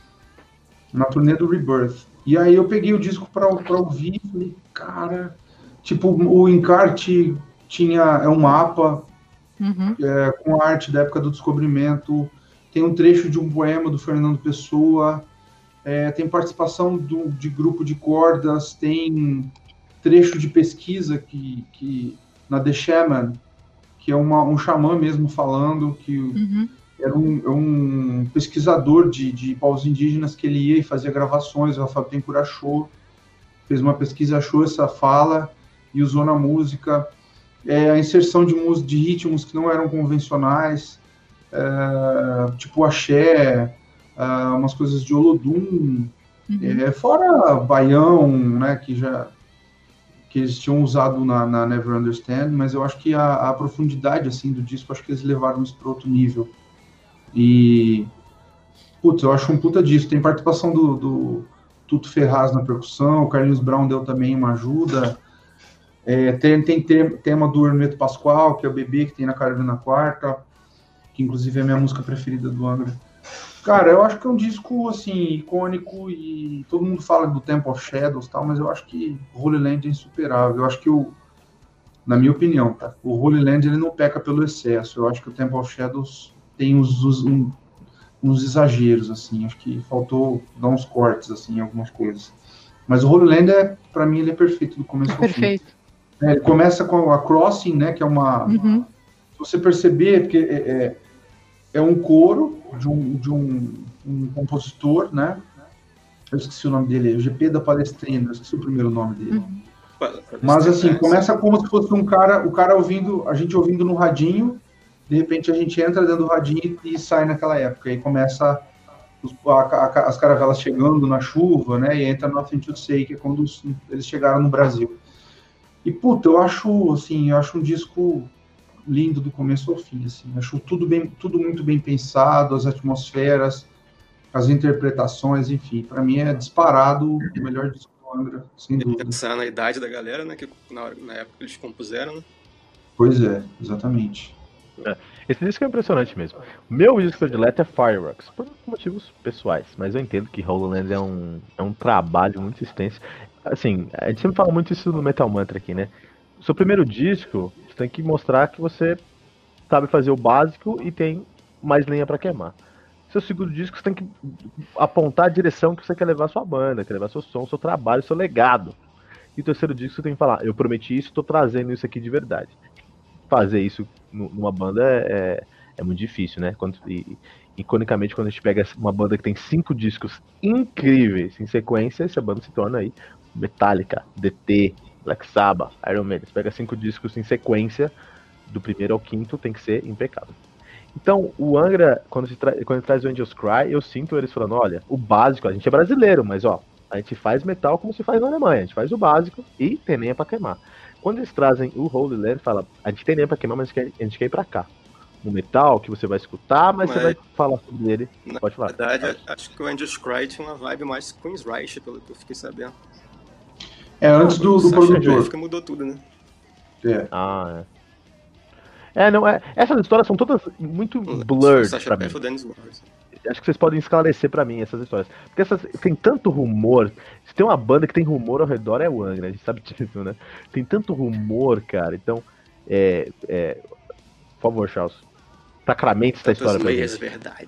na turnê do Rebirth. E aí eu peguei o disco pra ouvir e falei, cara, tipo, o encarte tinha um mapa com a arte da época do Descobrimento, tem um trecho de um poema do Fernando Pessoa, tem participação de grupo de cordas, tem trecho de pesquisa que na The Shaman, que é um xamã mesmo falando, que era um pesquisador de povos indígenas, que ele ia e fazia gravações. O Rafael Bittencourt achou, fez uma pesquisa, achou essa fala e usou na música. A inserção de ritmos que não eram convencionais, tipo axé, umas coisas de Olodum, fora baião, né, que eles tinham usado na Never Understand, mas eu acho que a profundidade, assim, do disco, acho que eles levaram isso para outro nível. E, eu acho um puta disco. Tem participação do Tuto Ferraz na percussão, o Carlinhos Brown deu também uma ajuda. Tem tema do Hermeto Pascoal, que é o Bebê, que tem na Carolina Quarta, que inclusive é a minha música preferida do Angra. Cara, eu acho que é um disco, assim, icônico, e todo mundo fala do Temple of Shadows e tal, mas eu acho que o Holy Land é insuperável. Eu acho que, na minha opinião, tá? O Holy Land, ele não peca pelo excesso. Eu acho que o Temple of Shadows tem uns exageros, assim. Acho que faltou dar uns cortes, assim, em algumas coisas. Mas o Holy Land, pra mim, ele é perfeito do começo ao fim. Perfeito. Ele começa com a Crossing, né, que é uma... Se você perceber, porque é um coro de um compositor, né? Eu esqueci o nome dele, o GP da Palestrina, eu esqueci o primeiro nome dele. Mas, assim, começa como se fosse o cara ouvindo, a gente ouvindo no radinho, de repente a gente entra dentro do radinho e sai naquela época. Aí começa as caravelas chegando na chuva, né? E entra Nothing to Say, que é quando eles chegaram no Brasil. E, eu acho um disco lindo do começo ao fim, assim. Acho tudo muito bem pensado, as atmosferas, as interpretações, enfim. Para mim é disparado o melhor disco do Angra, sem dúvida. Pensar na idade da galera, né? Que na época que eles compuseram, né? Pois é, exatamente. Esse disco é impressionante mesmo. Meu disco predileto é Fireworks, por motivos pessoais, mas eu entendo que Holy Land é um trabalho muito extenso. Assim, a gente sempre fala muito isso no Metal Mantra aqui, né? O seu primeiro disco, você tem que mostrar que você sabe fazer o básico e tem mais lenha pra queimar. Seu segundo disco, você tem que apontar a direção que você quer levar a sua banda, quer levar seu som, seu trabalho, seu legado. E o terceiro disco, você tem que falar, eu prometi isso, tô trazendo isso aqui de verdade. Fazer isso numa banda é muito difícil, né? Iconicamente, quando a gente pega uma banda que tem 5 discos incríveis em sequência, essa banda se torna aí Metallica, DT, Black Sabbath, Iron Maiden. Você pega 5 discos em sequência, do primeiro ao quinto, tem que ser impecável. Então, o Angra, quando ele traz o Angels Cry, eu sinto eles falando, olha, o básico, a gente é brasileiro, mas ó, a gente faz metal como se faz na Alemanha, a gente faz o básico e tem lenha pra queimar. Quando eles trazem o Holy Land, fala, a gente tem lenha pra queimar, mas a gente quer ir pra cá. Um metal que você vai escutar, mas você vai falar sobre ele. Pode falar. Na verdade, acho que o Angels Cry tinha uma vibe mais Queensryche, pelo que eu fiquei sabendo. Antes do produtor. Acho que mudou tudo, né? Essas histórias são todas muito blurred pra mim. Acho que vocês podem esclarecer pra mim essas histórias. Porque tem tanto rumor. Se tem uma banda que tem rumor ao redor, é o Angra, a gente sabe disso, né? Tem tanto rumor, cara. Então, por favor, Charles, sacramente essa história pra gente. Verdade.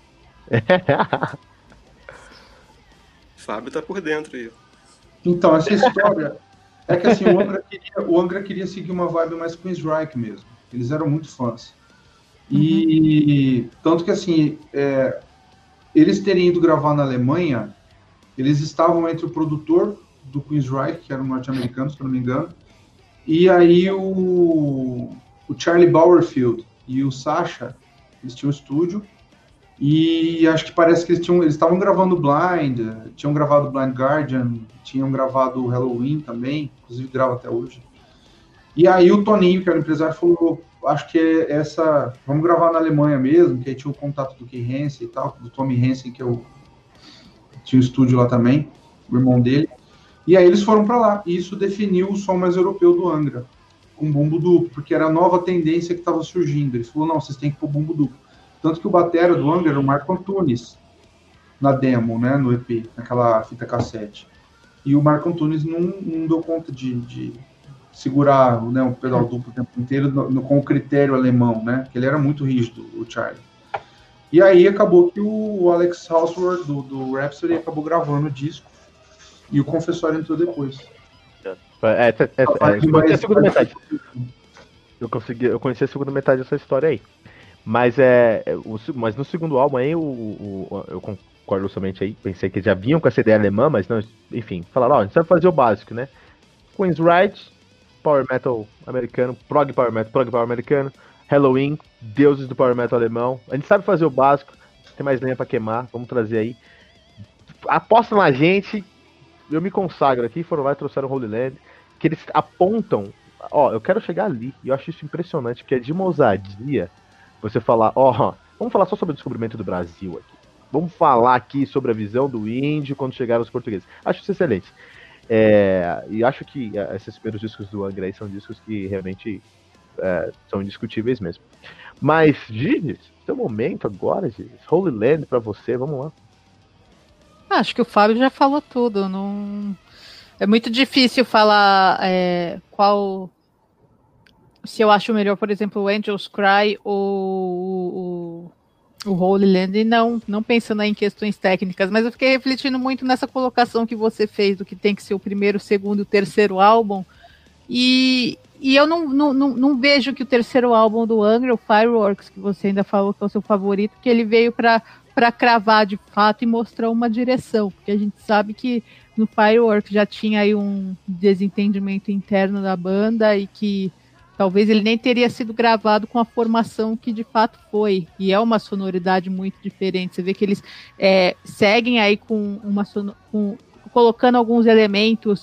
Fábio tá por dentro aí. Então, essa história é que, assim, o Angra queria seguir uma vibe mais Queensryche mesmo. Eles eram muito fãs. E tanto que, assim, eles terem ido gravar na Alemanha, eles estavam entre o produtor do Queensryche, que era um norte-americano, se eu não me engano, e aí o Charlie Bauerfield e o Sasha, eles tinham um estúdio, e acho que parece que eles estavam gravando Blind, tinham gravado Blind Guardian, tinham gravado Halloween também, inclusive grava até hoje. E aí o Toninho, que era o empresário, falou, acho que vamos gravar na Alemanha mesmo, que aí tinha o contato do Keith Hansen e tal, do Tommy Hansen, que tinha um estúdio lá também, o irmão dele. E aí eles foram para lá, e isso definiu o som mais europeu do Angra, com bumbo duplo, porque era a nova tendência que estava surgindo. Eles falaram, não, vocês têm que pôr bumbo duplo. Tanto que o batera do Angra era o Marco Antunes, na demo, né, no EP, naquela fita cassete. E o Marco Antunes não deu conta de segurar, né, o pedal duplo o tempo inteiro com o critério alemão, né, que ele era muito rígido, o Charlie. E aí acabou que o Alex Housworth, do Rhapsody, acabou gravando o disco, e o Confessório entrou depois. Eu conheci a segunda metade. Eu conheci a segunda metade dessa história aí. Mas mas no segundo álbum aí, eu concordo somente aí, pensei que já vinham com essa ideia alemã, mas não, enfim, falaram, a gente sabe fazer o básico, né? Queensryche, Power Metal americano, Prog Power Metal americano, Halloween, deuses do Power Metal alemão. A gente sabe fazer o básico, tem mais lenha pra queimar, vamos trazer aí. Aposta na gente, eu me consagro aqui, foram lá e trouxeram o Holy Land, que eles apontam, eu quero chegar ali, e eu acho isso impressionante, porque é de uma ousadia você falar, vamos falar só sobre o descobrimento do Brasil aqui. Vamos falar aqui sobre a visão do índio quando chegaram os portugueses. Acho isso excelente. E acho que esses primeiros discos do Angra aí são discos que realmente são indiscutíveis mesmo. Mas, Gigi, seu momento agora, Gigi. Holy Land pra você, vamos lá. Acho que o Fábio já falou tudo. Não... É muito difícil falar qual... Se eu acho melhor, por exemplo, o Angels Cry ou o Holy Land, não pensando em questões técnicas, mas eu fiquei refletindo muito nessa colocação que você fez, do que tem que ser o primeiro, o segundo e o terceiro álbum, e eu não vejo que o terceiro álbum do Angra, o Fireworks, que você ainda falou que é o seu favorito, que ele veio para cravar de fato e mostrar uma direção, porque a gente sabe que no Fireworks já tinha aí um desentendimento interno da banda e que talvez ele nem teria sido gravado com a formação que de fato foi. E é uma sonoridade muito diferente. Você vê que eles seguem aí com colocando alguns elementos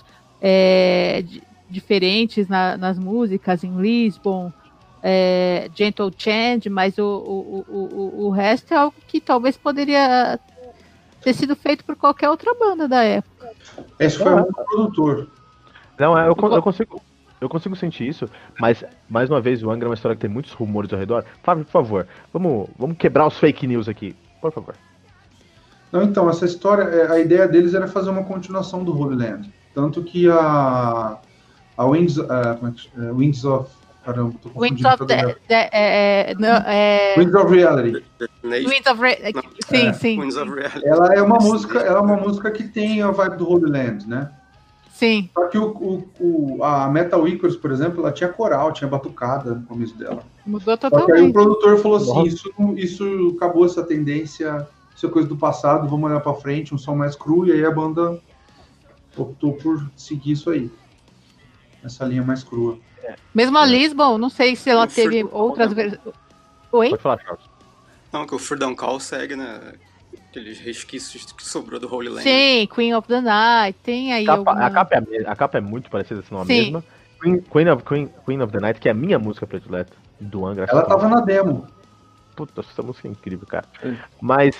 diferentes nas músicas, em Lisbon, Gentle Change, mas o resto é algo que talvez poderia ter sido feito por qualquer outra banda da época. Esse foi o produtor. Não, eu consigo sentir isso, mas, mais uma vez, o Angra é uma história que tem muitos rumores ao redor. Fábio, por favor, vamos quebrar os fake news aqui, por favor. Não, então, essa história, a ideia deles era fazer uma continuação do Holy Land. Tanto que a Winds of... Caramba, tô confundindo. Winds of Reality. Sim. Winds of Reality. Ela é uma música que tem a vibe do Holy Land, né? Sim. Só que a Metal Icarus, por exemplo, ela tinha coral, tinha batucada no começo dela. Mudou totalmente. Só que aí o produtor falou assim, isso acabou essa tendência, isso é coisa do passado, vamos olhar pra frente, um som mais cru, e aí a banda optou por seguir isso aí. Essa linha mais crua. Mesmo a Lisbon, não sei se ela teve outras versões. Oi? Pode falar, Charles. Não, que o Freedom Call segue, né? Aqueles resquícios que sobrou do Holy Land. Sim, Queen of the Night, tem aí a capa é muito parecida, se não a mesma. Queen of the Night, que é a minha música predileta do Angra. Ela tava na demo. Puta, essa música é incrível, cara. Mas,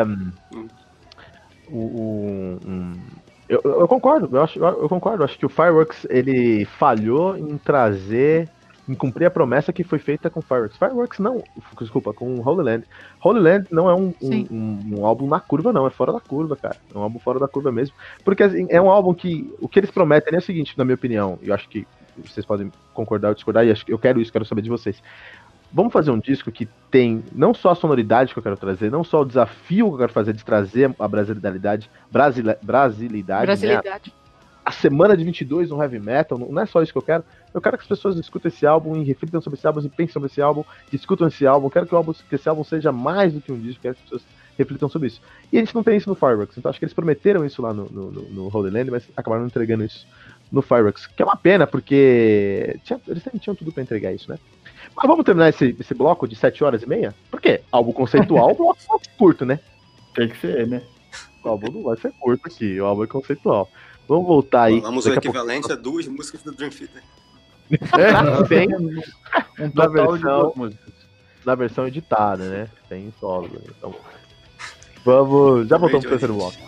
eu concordo, eu concordo. Acho que o Fireworks, ele falhou em cumprir a promessa que foi feita com Fireworks não, desculpa, com Holy Land. Holy Land não é um álbum na curva, não, é fora da curva, cara. É um álbum fora da curva mesmo. Porque assim, é um álbum que, o que eles prometem é o seguinte, na minha opinião, e eu acho que vocês podem concordar ou discordar, e eu quero saber de vocês. Vamos fazer um disco que tem não só a sonoridade que eu quero trazer, não só o desafio que eu quero fazer de trazer a brasilidade. Né? A semana de 22 no heavy metal, não é só isso que eu quero que as pessoas escutem esse álbum e reflitam sobre esse álbum e pensem sobre esse álbum, discutam esse álbum, quero que esse álbum seja mais do que um disco, quero que as pessoas reflitam sobre isso. E a gente não tem isso no Fireworks, então acho que eles prometeram isso lá no Holy Land, mas acabaram entregando isso no Fireworks, que é uma pena, porque eles também tinham tudo pra entregar isso, né? Mas vamos terminar esse bloco de 7 horas e meia? Por quê? Álbum conceitual, bloco curto, né? Tem que ser, né? O álbum não vai ser curto aqui, o álbum é conceitual. Vamos voltar aí. Vamos o equivalente a 2 músicas do Dream Theater. Tem Um total de versão- 2 músicas. na versão editada, né? Tem solo. Então, vamos. Já voltamos pro terceiro bloco.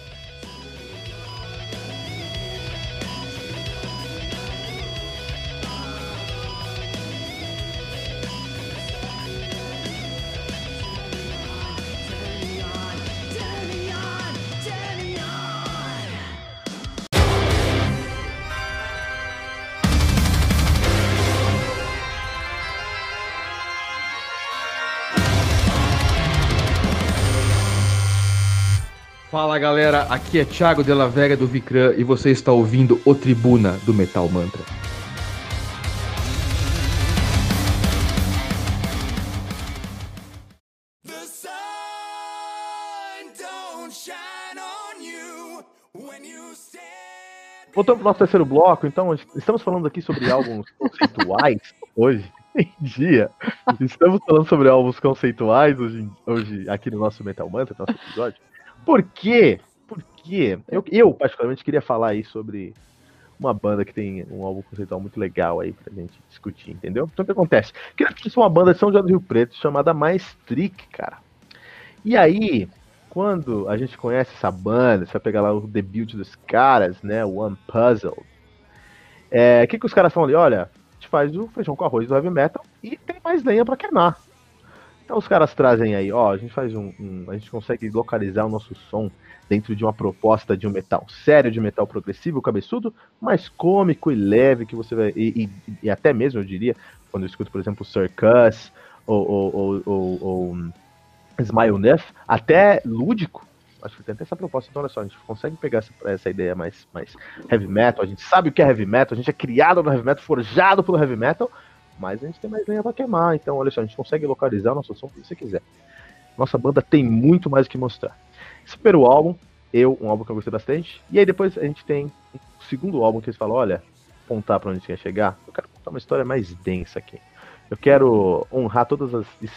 Fala galera, aqui é Thiago de la Vega do Vicran e você está ouvindo o Tribuna do Metal Mantra. Voltando pro nosso terceiro bloco, então, estamos falando aqui sobre álbuns conceituais hoje em dia. Estamos falando sobre álbuns conceituais hoje aqui no nosso Metal Mantra, nosso episódio. Por quê? Porque eu particularmente queria falar aí sobre uma banda que tem um álbum conceitual muito legal aí pra gente discutir, entendeu? Então o que acontece? Queria que fosse uma banda de São João do Rio Preto chamada Maestric, cara. E aí, quando a gente conhece essa banda, você vai pegar lá o debut dos caras, né? O Unpuzzled. O que os caras falam ali? Olha, a gente faz o feijão com arroz do heavy metal e tem mais lenha pra queimar. Então os caras trazem aí, ó, a gente faz a gente consegue localizar o nosso som dentro de uma proposta de um metal sério, de metal progressivo, cabeçudo, mais cômico e leve, que você vai, e até mesmo, eu diria, quando eu escuto, por exemplo, Circus ou Smile Nuff, até lúdico. Acho que tem até essa proposta. Então, olha só, a gente consegue pegar essa ideia mais heavy metal, a gente sabe o que é heavy metal, a gente é criado no heavy metal, forjado pelo heavy metal, mas a gente tem mais lenha pra queimar. Então, olha só, a gente consegue localizar o nosso som se você quiser. Nossa banda tem muito mais o que mostrar. Esse primeiro álbum, um álbum que eu gostei bastante. E aí depois a gente tem o segundo álbum que eles falam, olha, apontar pra onde a gente quer chegar. Eu quero contar uma história mais densa aqui. Eu quero honrar todas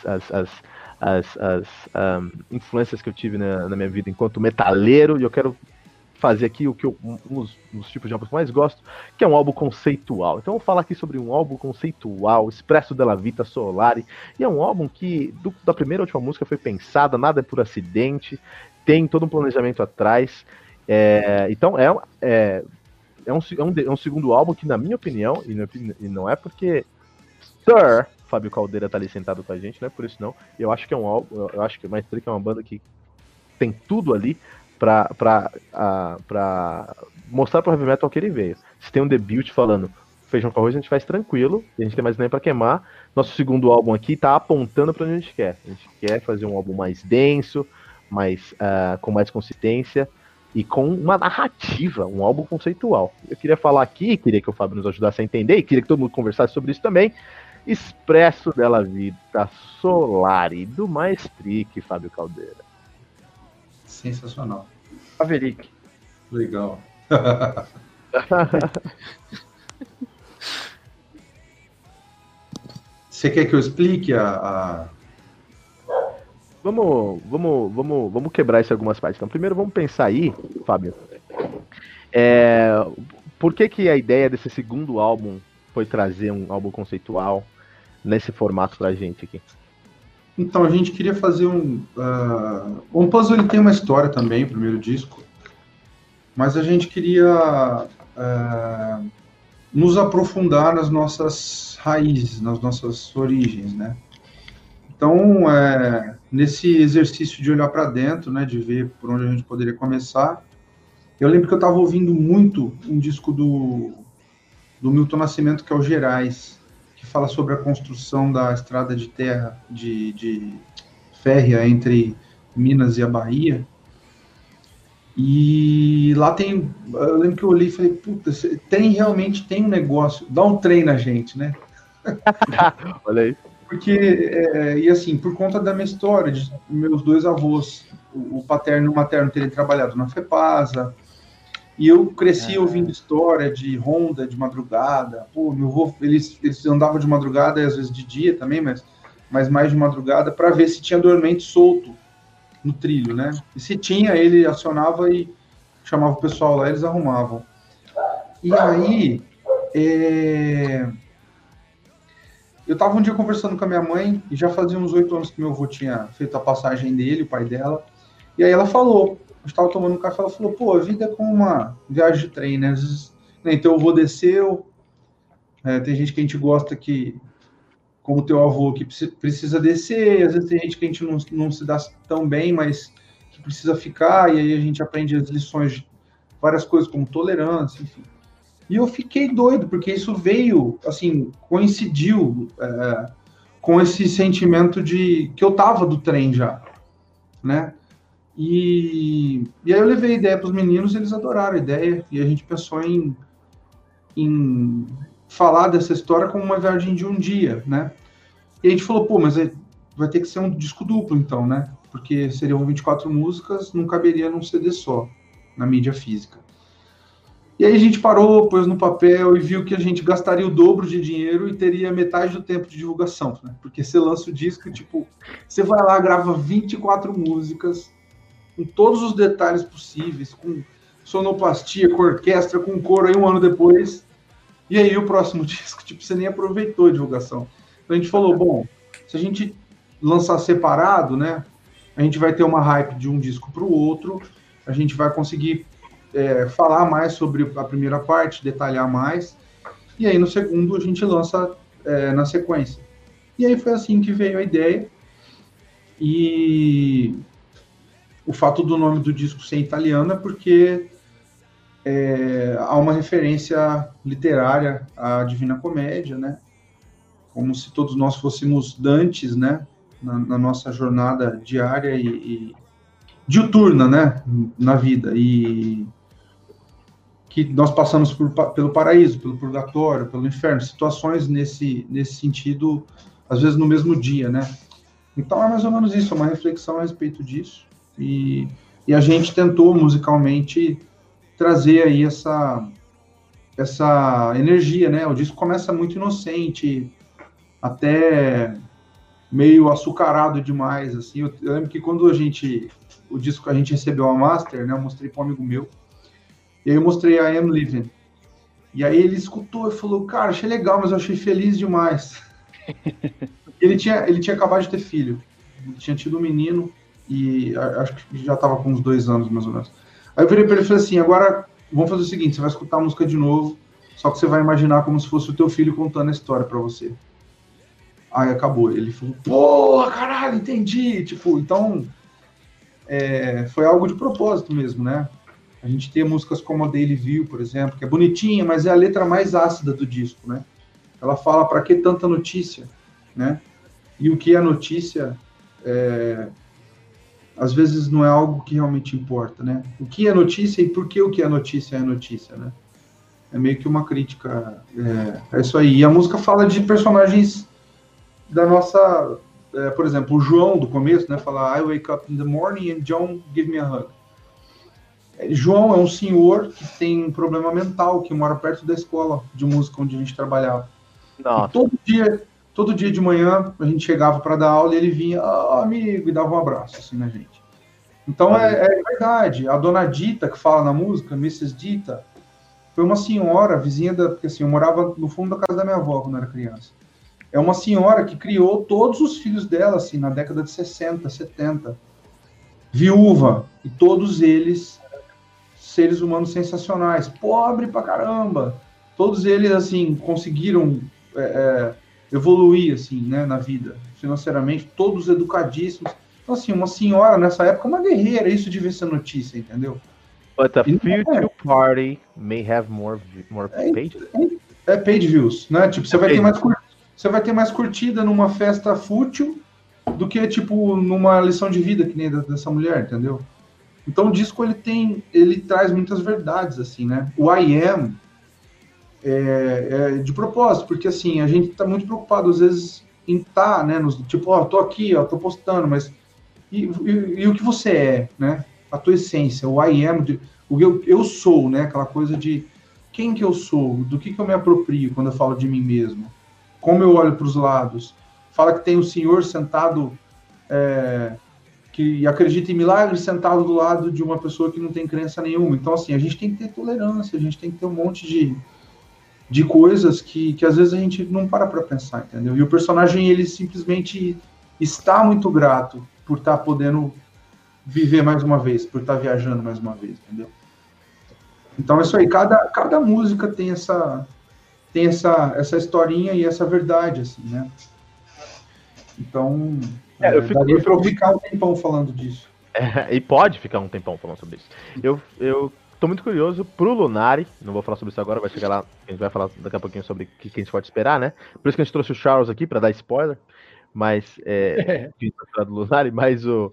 as influências que eu tive na minha vida enquanto metaleiro. E eu quero fazer aqui um dos tipos de álbuns que eu mais gosto, que é um álbum conceitual. Então eu vou falar aqui sobre um álbum conceitual, Expresso della Vita Solari, e é um álbum que, da primeira à última música, foi pensada, nada é por acidente, tem todo um planejamento atrás. Então é um segundo álbum que, na minha opinião, e não é porque Sir Fábio Caldeira tá ali sentado com a gente, não é por isso não, eu acho que é um álbum, eu acho que Maestric é uma banda que tem tudo ali pra mostrar pro heavy metal que ele veio. Se tem um debut falando feijão com arroz, a gente faz tranquilo, a gente tem mais lenha pra queimar. Nosso segundo álbum aqui tá apontando pra onde a gente quer. A gente quer fazer um álbum mais denso, com mais consistência e com uma narrativa, um álbum conceitual. Eu queria falar aqui, queria que o Fábio nos ajudasse a entender e queria que todo mundo conversasse sobre isso também. Expresso della Vita Solari, do Maestric, Fábio Caldeira. Sensacional. Maverick. Legal. Você quer que eu explique Vamos quebrar isso em algumas partes. Então, primeiro vamos pensar aí, Fábio, por que a ideia desse segundo álbum foi trazer um álbum conceitual nesse formato pra gente aqui? Então, a gente queria fazer o Unpuzzled, ele tem uma história também, o primeiro disco, mas a gente queria nos aprofundar nas nossas raízes, nas nossas origens, né? Então, nesse exercício de olhar para dentro, né, de ver por onde a gente poderia começar, eu lembro que eu estava ouvindo muito um disco do Milton Nascimento, que é o Gerais, que fala sobre a construção da estrada de terra de férrea entre Minas e a Bahia. E lá eu lembro que eu olhei e falei, puta, realmente tem um negócio, dá um trem na gente, né? Olha aí. Porque, e assim, por conta da minha história, de meus dois avós, o paterno e o materno terem trabalhado na FEPASA, e eu cresci ouvindo história de ronda de madrugada. Pô, meu avô, eles andavam de madrugada e às vezes de dia também, mas mais de madrugada, para ver se tinha dormente solto no trilho, né? E se tinha, ele acionava e chamava o pessoal lá, eles arrumavam. E aí, eu tava um dia conversando com a minha mãe, e já fazia uns 8 anos que meu avô tinha feito a passagem dele, o pai dela, e aí ela falou, a gente tava tomando um café, ela falou, pô, a vida é como uma viagem de trem, né? Às vezes, né, teu avô desceu, tem gente que a gente gosta que, como teu avô, que precisa descer, às vezes tem gente que a gente não se dá tão bem, mas que precisa ficar, e aí a gente aprende as lições de várias coisas, como tolerância, enfim. E eu fiquei doido, porque isso veio, assim, coincidiu com esse sentimento de que eu tava do trem já, né? E aí eu levei a ideia para os meninos, eles adoraram a ideia, e a gente pensou em falar dessa história como uma viagem de um dia, né? E a gente falou, pô, mas vai ter que ser um disco duplo, então, né? Porque seriam 24 músicas, não caberia num CD só, na mídia física. E aí a gente parou, pôs no papel e viu que a gente gastaria o dobro de dinheiro e teria metade do tempo de divulgação, né? Porque você lança o disco, tipo, você vai lá, grava 24 músicas, com todos os detalhes possíveis, com sonoplastia, com orquestra, com coro, aí um ano depois, e aí o próximo disco, tipo, você nem aproveitou a divulgação. Então a gente falou, bom, se a gente lançar separado, né, a gente vai ter uma hype de um disco para o outro, a gente vai conseguir falar mais sobre a primeira parte, detalhar mais, e aí no segundo a gente lança na sequência. E aí foi assim que veio a ideia, e o fato do nome do disco ser italiano é porque há uma referência literária à Divina Comédia, né? Como se todos nós fôssemos Dantes, né? Na nossa jornada diária e diuturna, né? Na vida. E que nós passamos pelo paraíso, pelo purgatório, pelo inferno, situações nesse sentido, às vezes no mesmo dia, né? Então é mais ou menos isso, uma reflexão a respeito disso. E a gente tentou musicalmente trazer aí essa energia, né? O disco começa muito inocente, até meio açucarado demais, assim. Eu lembro que quando a gente recebeu a master, né? Eu mostrei para um amigo meu, e aí eu mostrei a I Am Living. E aí ele escutou e falou, cara, achei legal, mas eu achei feliz demais. ele tinha acabado de ter filho, ele tinha tido um menino, e acho que já estava com uns 2 anos, mais ou menos. Aí eu virei para ele e falei assim, agora vamos fazer o seguinte, você vai escutar a música de novo, só que você vai imaginar como se fosse o teu filho contando a história para você. Aí acabou, ele falou, porra, caralho, entendi, tipo, então foi algo de propósito mesmo, né? A gente tem músicas como a Daily View, por exemplo, que é bonitinha, mas é a letra mais ácida do disco, né? Ela fala, para que tanta notícia, né? E o que é notícia, às vezes não é algo que realmente importa, né? O que é notícia e por que o que é notícia, né? É meio que uma crítica, é isso aí. E a música fala de personagens da nossa, por exemplo, o João do começo, né? Fala, I wake up in the morning and John give me a hug. João é um senhor que tem um problema mental, que mora perto da escola de música onde a gente trabalhava. Todo dia de manhã a gente chegava para dar aula e ele vinha, amigo, e dava um abraço assim na gente. Então é verdade. A dona Dita, que fala na música, Mrs. Dita, foi uma senhora, vizinha porque assim, eu morava no fundo da casa da minha avó quando eu era criança. É uma senhora que criou todos os filhos dela, assim, na década de 60, 70. Viúva. E todos eles seres humanos sensacionais. Pobre pra caramba. Todos eles, assim, conseguiram evoluir, assim, né, na vida. Financeiramente, todos educadíssimos. Então, assim, uma senhora, nessa época, uma guerreira. Isso devia ser notícia, entendeu? But a future party may have more page. Page views, né? Tipo, você vai ter mais curtida numa festa fútil do que, tipo, numa lição de vida que nem dessa mulher, entendeu? Então o disco ele traz muitas verdades, assim, né? O I Am é de propósito, porque assim, a gente tá muito preocupado às vezes em estar, né? Tipo, tô aqui, tô postando, mas e o que você é, né? A tua essência, o I Am, o eu sou, né? Aquela coisa de quem que eu sou, do que eu me aproprio quando eu falo de mim mesmo, como eu olho para os lados. Fala que tem um senhor sentado que acredita em milagres sentado do lado de uma pessoa que não tem crença nenhuma. Então, assim, a gente tem que ter tolerância, a gente tem que ter um monte de coisas que às vezes a gente não para pensar, entendeu? E o personagem, ele simplesmente está muito grato por estar podendo viver mais uma vez, por estar viajando mais uma vez, entendeu? Então é isso aí, cada música tem essa historinha e essa verdade, assim, né? Então, daria pra eu ficar um tempão falando disso. E pode ficar um tempão falando sobre isso. Eu tô muito curioso pro Lunari, não vou falar sobre isso agora, vai chegar lá, a gente vai falar daqui a pouquinho sobre o que a gente pode esperar, né? Por isso que a gente trouxe o Charles aqui, pra dar spoiler, mas, do Lunari, mas eu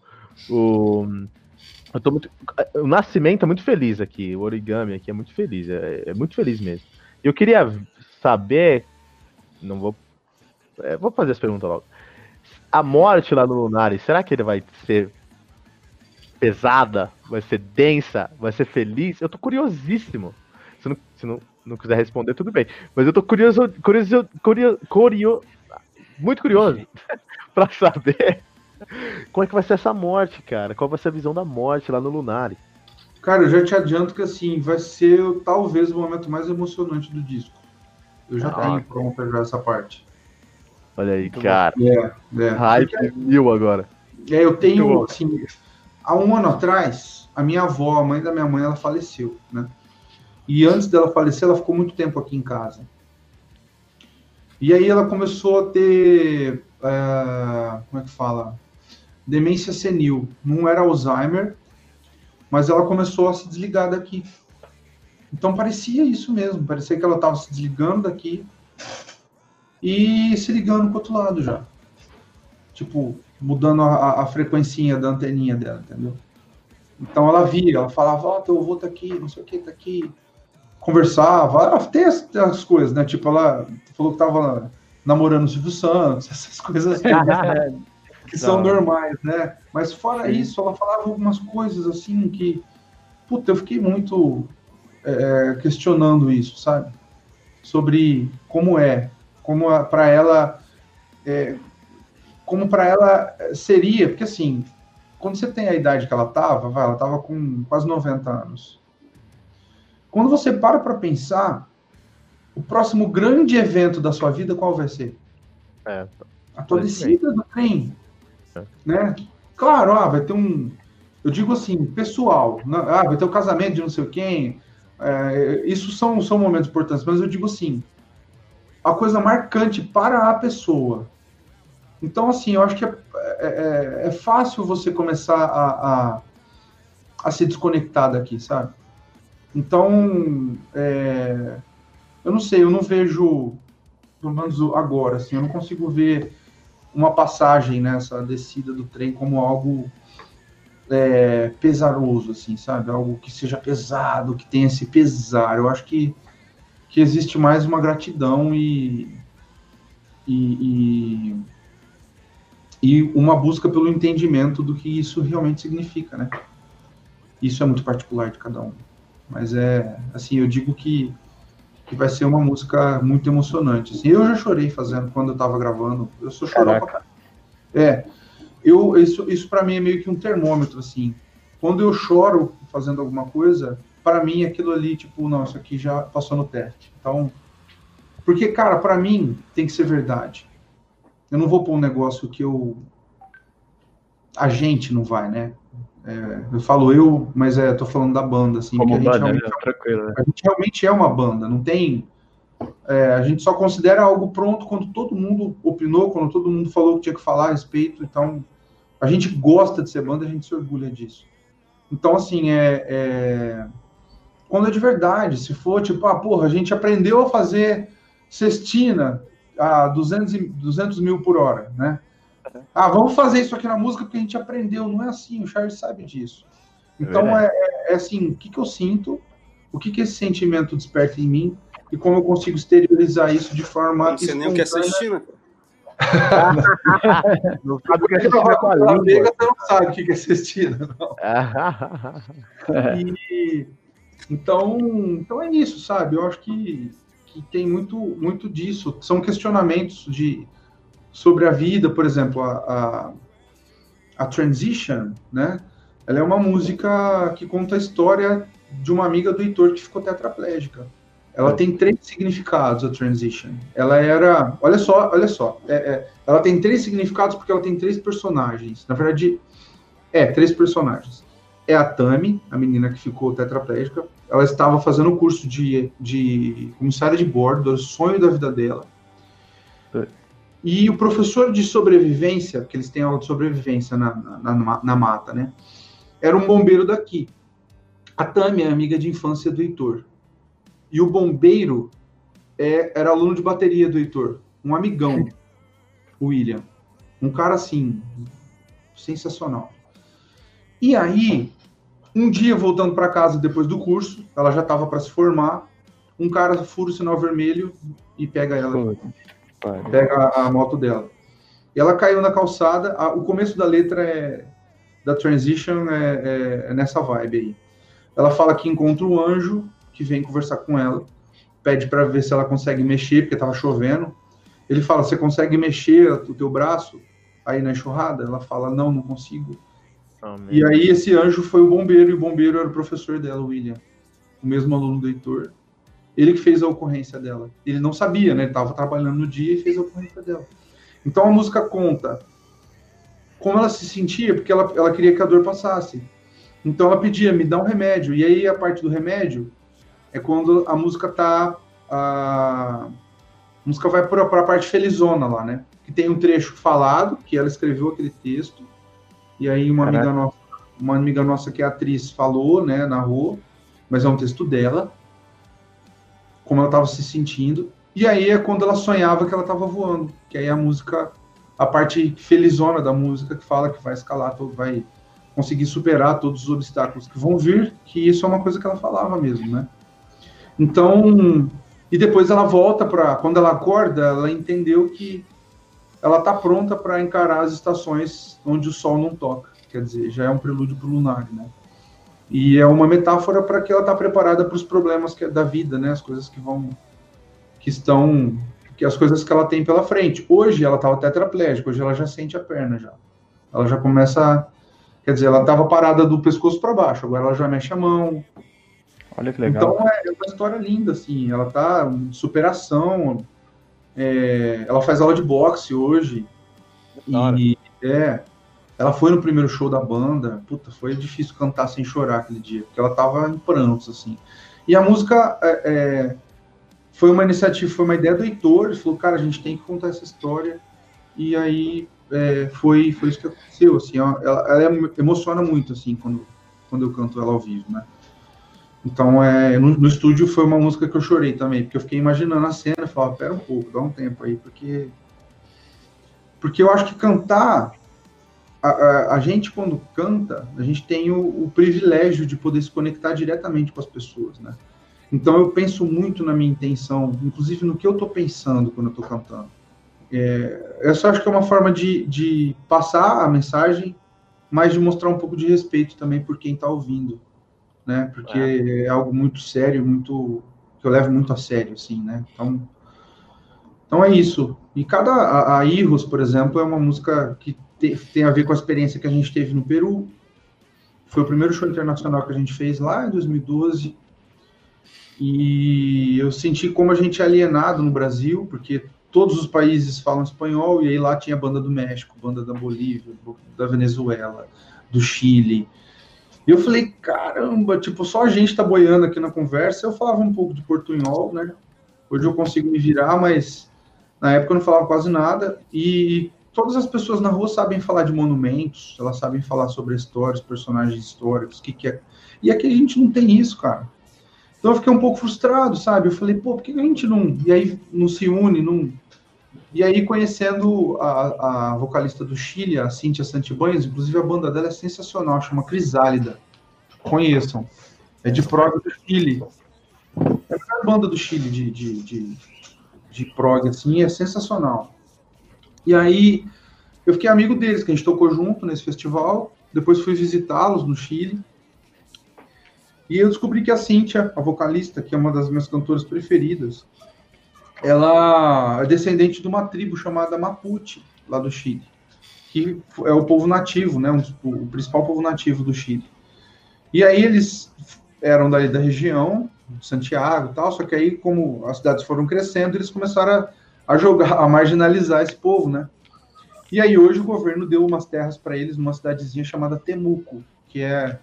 tô muito, o Nascimento é muito feliz aqui, o Origami aqui é muito feliz, é muito feliz mesmo. Eu queria saber, vou fazer essa pergunta logo. A morte lá no Lunari, será que ele vai ser pesada, vai ser densa, vai ser feliz? Eu tô curiosíssimo. Se não quiser responder, tudo bem. Mas eu tô muito curioso pra saber como é que vai ser essa morte, cara. Qual vai ser a visão da morte lá no Lunari? Cara, eu já te adianto que, assim, vai ser talvez o momento mais emocionante do disco. Eu já tenho pronto já essa parte. Olha aí, cara. Hype mil agora. Eu tenho, assim, há um ano atrás, a minha avó, a mãe da minha mãe, ela faleceu, né? E antes dela falecer, ela ficou muito tempo aqui em casa. E aí ela começou a ter, como é que fala? Demência senil. Não era Alzheimer, mas ela começou a se desligar daqui. Então parecia isso mesmo, parecia que ela estava se desligando daqui e se ligando para o outro lado já. Tipo, mudando a frequencinha da anteninha dela, entendeu? Então ela via, ela falava, teu avô tá aqui, não sei o que, tá aqui. Conversava, ela tem as coisas, né? Tipo, ela falou que tava namorando o Silvio Santos, essas coisas que são normais, né? Mas fora isso, ela falava algumas coisas assim que, puta, eu fiquei muito questionando isso, sabe? Sobre como para ela, como para ela seria, porque assim, quando você tem a idade que ela tava com quase 90 anos. Quando você para pensar, o próximo grande evento da sua vida, qual vai ser? A tua descida do trem, né? Claro, vai ter eu digo assim, pessoal, né? Vai ter o casamento de não sei quem, isso são momentos importantes, mas eu digo assim, a coisa marcante para a pessoa. Então, assim, eu acho que é fácil você começar a se desconectar daqui, sabe? Então, eu não sei, eu não vejo, pelo menos agora, assim, eu não consigo ver uma passagem nessa descida do trem como algo pesaroso, assim, sabe? Algo que seja pesado, que tenha esse pesar. Eu acho que existe mais uma gratidão e uma busca pelo entendimento do que isso realmente significa, né? Isso é muito particular de cada um. Mas assim, eu digo que vai ser uma música muito emocionante. Assim, eu já chorei fazendo, quando eu tava gravando. Eu sou chorão pra caralho. Isso para mim é meio que um termômetro, assim. Quando eu choro fazendo alguma coisa, para mim aquilo ali, tipo, não, isso aqui já passou no teste. Então, porque, cara, para mim tem que ser verdade. Eu não vou pôr um negócio que a gente não vai, né? Eu falo mas tô falando da banda, assim. Como que banda, tranquilo, né? A gente realmente é uma banda, não tem... a gente só considera algo pronto quando todo mundo opinou, quando todo mundo falou que tinha que falar a respeito. Então, a gente gosta de ser banda, a gente se orgulha disso. Então, assim, quando é de verdade, se for tipo, a gente aprendeu a fazer cestina a 200 mil por hora, né? Vamos fazer isso aqui na música porque a gente aprendeu. Não é assim, o Charles sabe disso. Então, assim, o que eu sinto, o que esse sentimento desperta em mim e como eu consigo exteriorizar isso de forma... Não sei nem o que é cestina. Não sabe o que é cestina com a língua. Você não sabe o que é cestina, não. Então é isso, sabe? Eu acho que tem muito disso. São questionamentos sobre a vida, por exemplo, a Transition, né? Ela é uma música que conta a história de uma amiga do Heitor que ficou tetraplégica. Ela tem 3 significados, a Transition. Ela era... Olha só. Ela tem 3 significados porque ela tem 3 personagens. Na verdade, 3 personagens. É a Tami, a menina que ficou tetraplégica. Ela estava fazendo o curso de comissária de bordo, o sonho da vida dela. E o professor de sobrevivência, porque eles têm aula de sobrevivência na mata, né? Era um bombeiro daqui. A Tami é amiga de infância do Heitor. E o bombeiro era aluno de bateria do Heitor. Um amigão, o William. Um cara, assim, sensacional. E aí, um dia, voltando para casa depois do curso, ela já estava para se formar, um cara fura o sinal vermelho e pega ela. Pega a moto dela. E ela caiu na calçada. O começo da letra da Transition é nessa vibe aí. Ela fala que encontra um anjo que vem conversar com ela, pede para ver se ela consegue mexer, porque estava chovendo. Ele fala, você consegue mexer o teu braço aí na enxurrada? Ela fala, não consigo. Amém. E aí esse anjo foi o bombeiro, e o bombeiro era o professor dela, o William, o mesmo aluno do Heitor. Ele que fez a ocorrência dela. Ele não sabia, né? Ele estava trabalhando no dia e fez a ocorrência dela. Então a música conta como ela se sentia, porque ela queria que a dor passasse. Então ela pedia, me dá um remédio. E aí a parte do remédio é quando a música a música vai para a parte felizona lá, né? Que tem um trecho falado, que ela escreveu aquele texto, e aí uma amiga nossa que é atriz falou, né, narrou, mas é um texto dela, como ela estava se sentindo, e aí é quando ela sonhava que ela estava voando, que aí a música, a parte felizona da música que fala que vai escalar, vai conseguir superar todos os obstáculos que vão vir, que isso é uma coisa que ela falava mesmo, né? Então, e depois ela volta quando ela acorda, ela entendeu que ela está pronta para encarar as estações onde o sol não toca, quer dizer, já é um prelúdio para o lunar, né? E é uma metáfora para que ela está preparada para os problemas da vida, né? As coisas as coisas que ela tem pela frente. Hoje ela estava tetraplégica, hoje ela já sente a perna já. Ela já começa, quer dizer, ela estava parada do pescoço para baixo, agora ela já mexe a mão. Olha que legal. Então é uma história linda, assim, ela tá em superação, ela faz aula de boxe hoje, e ela foi no primeiro show da banda, puta, foi difícil cantar sem chorar aquele dia, porque ela tava em prantos, assim. E a música foi uma iniciativa, foi uma ideia do Heitor, ele falou, cara, a gente tem que contar essa história, e aí foi isso que aconteceu, assim, ela emociona muito, assim, quando eu canto ela ao vivo, né. Então, no estúdio foi uma música que eu chorei também, porque eu fiquei imaginando a cena e falava, pera um pouco, dá um tempo aí, porque eu acho que cantar, a gente quando canta, a gente tem o privilégio de poder se conectar diretamente com as pessoas, né? Então eu penso muito na minha intenção, inclusive no que eu estou pensando quando eu estou cantando. Eu só acho que é uma forma de passar a mensagem, mas de mostrar um pouco de respeito também por quem está ouvindo, né? Porque é algo muito sério, que eu levo muito a sério, assim, né? Então é isso. E a Irros, por exemplo, é uma música que tem a ver com a experiência que a gente teve no Peru. Foi o primeiro show internacional que a gente fez lá em 2012. E eu senti como a gente é alienado no Brasil, porque todos os países falam espanhol, e aí lá tinha banda do México, banda da Bolívia, da Venezuela, do Chile. E eu falei, caramba, tipo, só a gente tá boiando aqui na conversa. Eu falava um pouco de portunhol, né? Hoje eu consigo me virar, mas na época eu não falava quase nada. E todas as pessoas na rua sabem falar de monumentos, elas sabem falar sobre a história, os personagens históricos, o que é. E aqui a gente não tem isso, cara. Então eu fiquei um pouco frustrado, sabe? Eu falei, pô, por que a gente não... E aí não se une, E aí, conhecendo a vocalista do Chile, a Cíntia Santibães, inclusive a banda dela é sensacional, chama Crisálida. Conheçam. É de prog do Chile. É a melhor banda do Chile de prog, assim, é sensacional. E aí, eu fiquei amigo deles, que a gente tocou junto nesse festival, depois fui visitá-los no Chile, e eu descobri que a Cíntia, a vocalista, que é uma das minhas cantoras preferidas, ela é descendente de uma tribo chamada Mapuche, lá do Chile, que é o povo nativo, né, o principal povo nativo do Chile. E aí eles eram da região, de Santiago e tal, só que aí, como as cidades foram crescendo, eles começaram a marginalizar esse povo, né? E aí hoje o governo deu umas terras para eles numa cidadezinha chamada Temuco, que é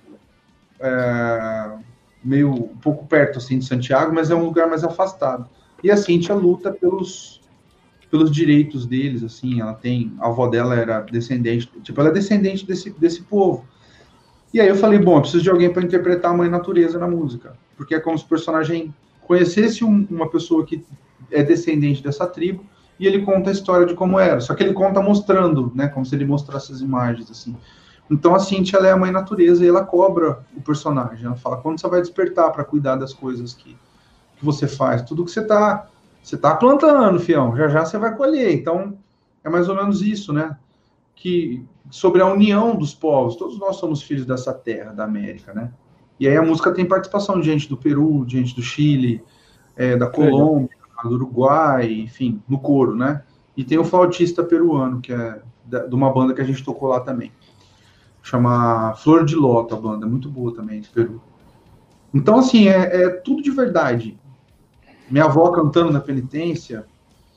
meio um pouco perto assim de Santiago, mas é um lugar mais afastado. E a Cíntia luta pelos direitos deles, assim, a avó dela era descendente, tipo, ela é descendente desse povo. E aí eu falei, bom, eu preciso de alguém para interpretar a Mãe Natureza na música, porque é como se o personagem conhecesse uma pessoa que é descendente dessa tribo, e ele conta a história de como era, só que ele conta mostrando, né, como se ele mostrasse as imagens, assim. Então a Cíntia, ela é a Mãe Natureza e ela cobra o personagem, ela fala, quando você vai despertar para cuidar das coisas que você faz, tudo que você tá plantando, fião, já você vai colher. Então é mais ou menos isso, né, que sobre a união dos povos, todos nós somos filhos dessa terra, da América, né, e aí a música tem participação de gente do Peru, de gente do Chile, da Colômbia, do Uruguai, enfim, no coro, né? E tem o flautista peruano, que é de uma banda que a gente tocou lá também. Chama Flor de Loto, a banda, é muito boa também, do Peru. Então, assim, é tudo de verdade. Minha avó cantando na penitência,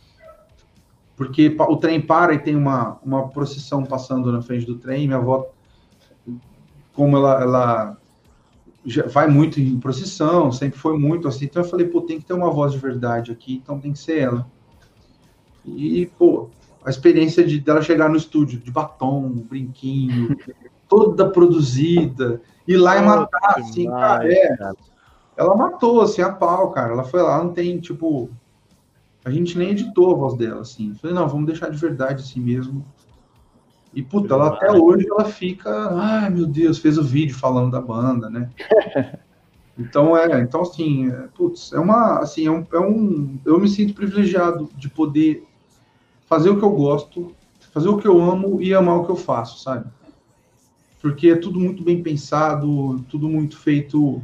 porque o trem para e tem uma procissão passando na frente do trem, minha avó, como ela já vai muito em procissão, sempre foi muito assim, então eu falei, pô, tem que ter uma voz de verdade aqui, então tem que ser ela. E, pô, a experiência dela chegar no estúdio, de batom, brinquinho, toda produzida, ir lá e matar, assim, cara, ela matou, assim, a pau, cara, ela foi lá, não tem, tipo, a gente nem editou a voz dela, assim, falei, não, vamos deixar de verdade assim mesmo. E, puta, ela até hoje, ela fica, ai, meu Deus, fez o vídeo falando da banda, né? Então, assim, putz, eu me sinto privilegiado de poder fazer o que eu gosto, fazer o que eu amo e amar o que eu faço, sabe? Porque é tudo muito bem pensado, tudo muito feito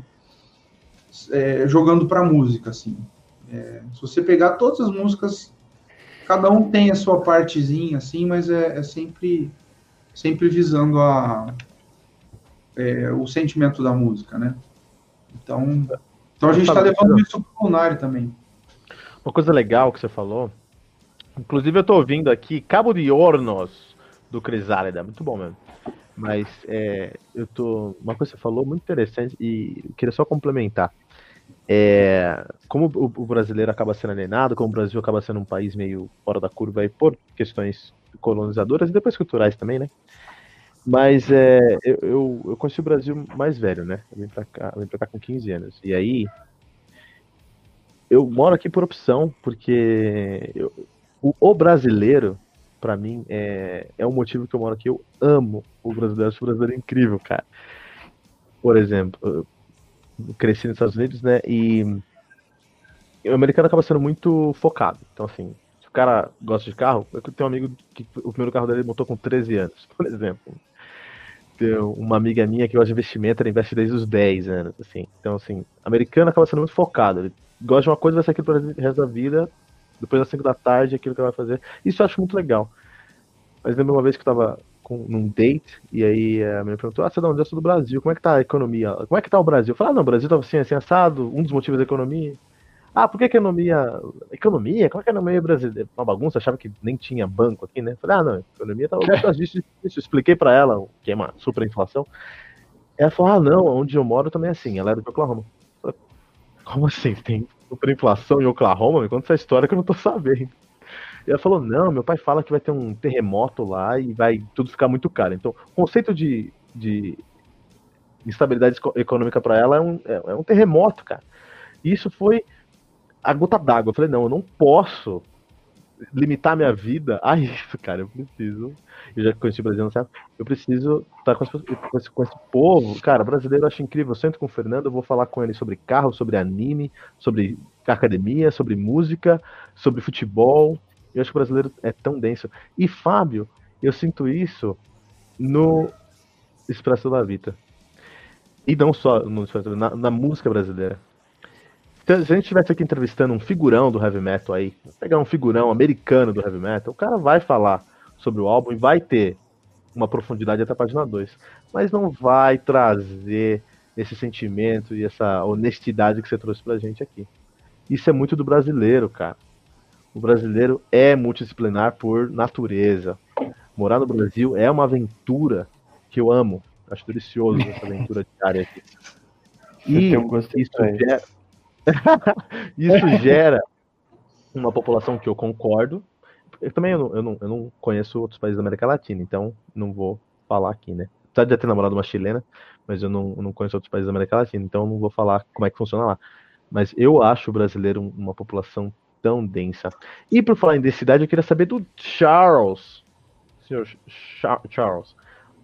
jogando pra música, assim. Se você pegar todas as músicas, cada um tem a sua partezinha, assim, mas é sempre visando o sentimento da música, né? Então a gente está levando isso pro Lunari também. Uma coisa legal que você falou, inclusive eu tô ouvindo aqui Cabo de Hornos, do Crisálida, muito bom mesmo. Mas uma coisa que você falou muito interessante e eu queria só complementar. Como o brasileiro acaba sendo alienado, como o Brasil acaba sendo um país meio fora da curva aí por questões colonizadoras e depois culturais também, né? Mas eu conheci o Brasil mais velho, né? Eu vim pra cá com 15 anos. E aí, eu moro aqui por opção, porque o brasileiro, pra mim, é um motivo que eu moro aqui. Eu amo o brasileiro, acho o brasileiro incrível, cara. Por exemplo, eu cresci nos Estados Unidos, né? E o americano acaba sendo muito focado. Então, assim, se o cara gosta de carro, eu tenho um amigo que o primeiro carro dele montou com 13 anos, por exemplo. Tem uma amiga minha que gosta de investimento, ela investe desde os 10 anos, assim. Então, assim, americano acaba sendo muito focado. Ele gosta de uma coisa, vai ser aquilo pro resto da vida, depois das 5 da tarde, aquilo que ela vai fazer. Isso eu acho muito legal. Mas lembro uma vez que eu tava num date, e aí a menina perguntou, você é de onde? Eu sou do Brasil, como é que tá a economia? Como é que tá o Brasil? Eu falei, não, o Brasil tava assim, assado, um dos motivos da economia. Por que a economia? Economia? Como é que a economia brasileira? Uma bagunça, achava que nem tinha banco aqui, né? Falei, não, a economia tá disso. Expliquei pra ela o que é uma superinflação. Ela falou, não, onde eu moro também é assim. Ela era de Oklahoma. Falei, como assim? Tem superinflação em Oklahoma? Me conta essa história que eu não tô sabendo. E ela falou, não, meu pai fala que vai ter um terremoto lá e vai tudo ficar muito caro. Então, o conceito de instabilidade econômica pra ela é um terremoto, cara. E isso foi a gota d'água. Eu falei, não, eu não posso limitar minha vida a isso, cara. Eu preciso. Eu já conheci o Brasil, não sabe? Eu preciso estar com esse povo. Cara, brasileiro eu acho incrível. Eu sento com o Fernando, eu vou falar com ele sobre carro, sobre anime, sobre academia, sobre música, sobre futebol. Eu acho que o brasileiro é tão denso. E, Fábio, eu sinto isso no Expresso da Vita. E não só no Expresso da Vita, na música brasileira. Se a gente estivesse aqui entrevistando um figurão do heavy metal aí, pegar um figurão americano do heavy metal, o cara vai falar sobre o álbum e vai ter uma profundidade até a página 2. Mas não vai trazer esse sentimento e essa honestidade que você trouxe pra gente aqui. Isso é muito do brasileiro, cara. O brasileiro é multidisciplinar por natureza. Morar no Brasil é uma aventura que eu amo. Acho delicioso essa aventura diária aqui. E isso gera uma população que eu concordo. Eu não conheço outros países da América Latina, então não vou falar aqui, né? Apesar de já ter namorado uma chilena, mas eu não conheço outros países da América Latina, então não vou falar como é que funciona lá. Mas eu acho o brasileiro uma população tão densa. E por falar em densidade, eu queria saber do Charles. Senhor Charles.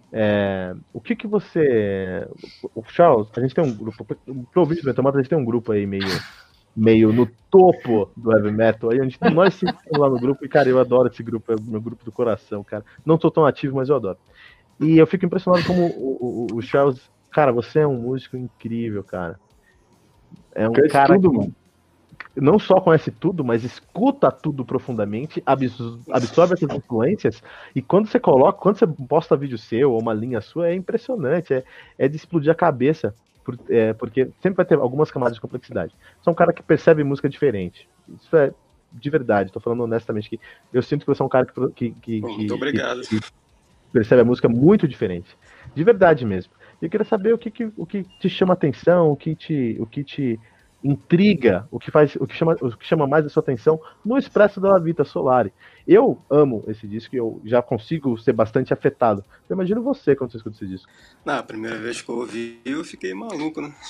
O que você... O Charles, a gente tem um grupo... Pro vídeo do Metal Mantra, a gente tem um grupo aí meio no topo do heavy metal. Aí nós cinco estamos lá no grupo e, cara, eu adoro esse grupo, é o meu grupo do coração, cara. Não sou tão ativo, mas eu adoro. E eu fico impressionado como o Charles... Cara, você é um músico incrível, cara. É um cara tudo, que mano. não só conhece tudo, mas escuta tudo profundamente, absorve essas influências, e quando você posta vídeo seu ou uma linha sua, é impressionante, é de explodir a cabeça, porque sempre vai ter algumas camadas de complexidade. Você é um cara que percebe música diferente. Isso é de verdade, tô falando honestamente, que eu sinto que você é um cara Muito obrigado. que percebe a música muito diferente. De verdade mesmo. E eu queria saber o que te chama atenção, o que te intriga, o que chama mais a sua atenção no Expresso da Vita Solari. Eu amo esse disco e eu já consigo ser bastante afetado. Eu imagino você quando você escuta esse disco. A primeira vez que eu ouvi, eu fiquei maluco, né?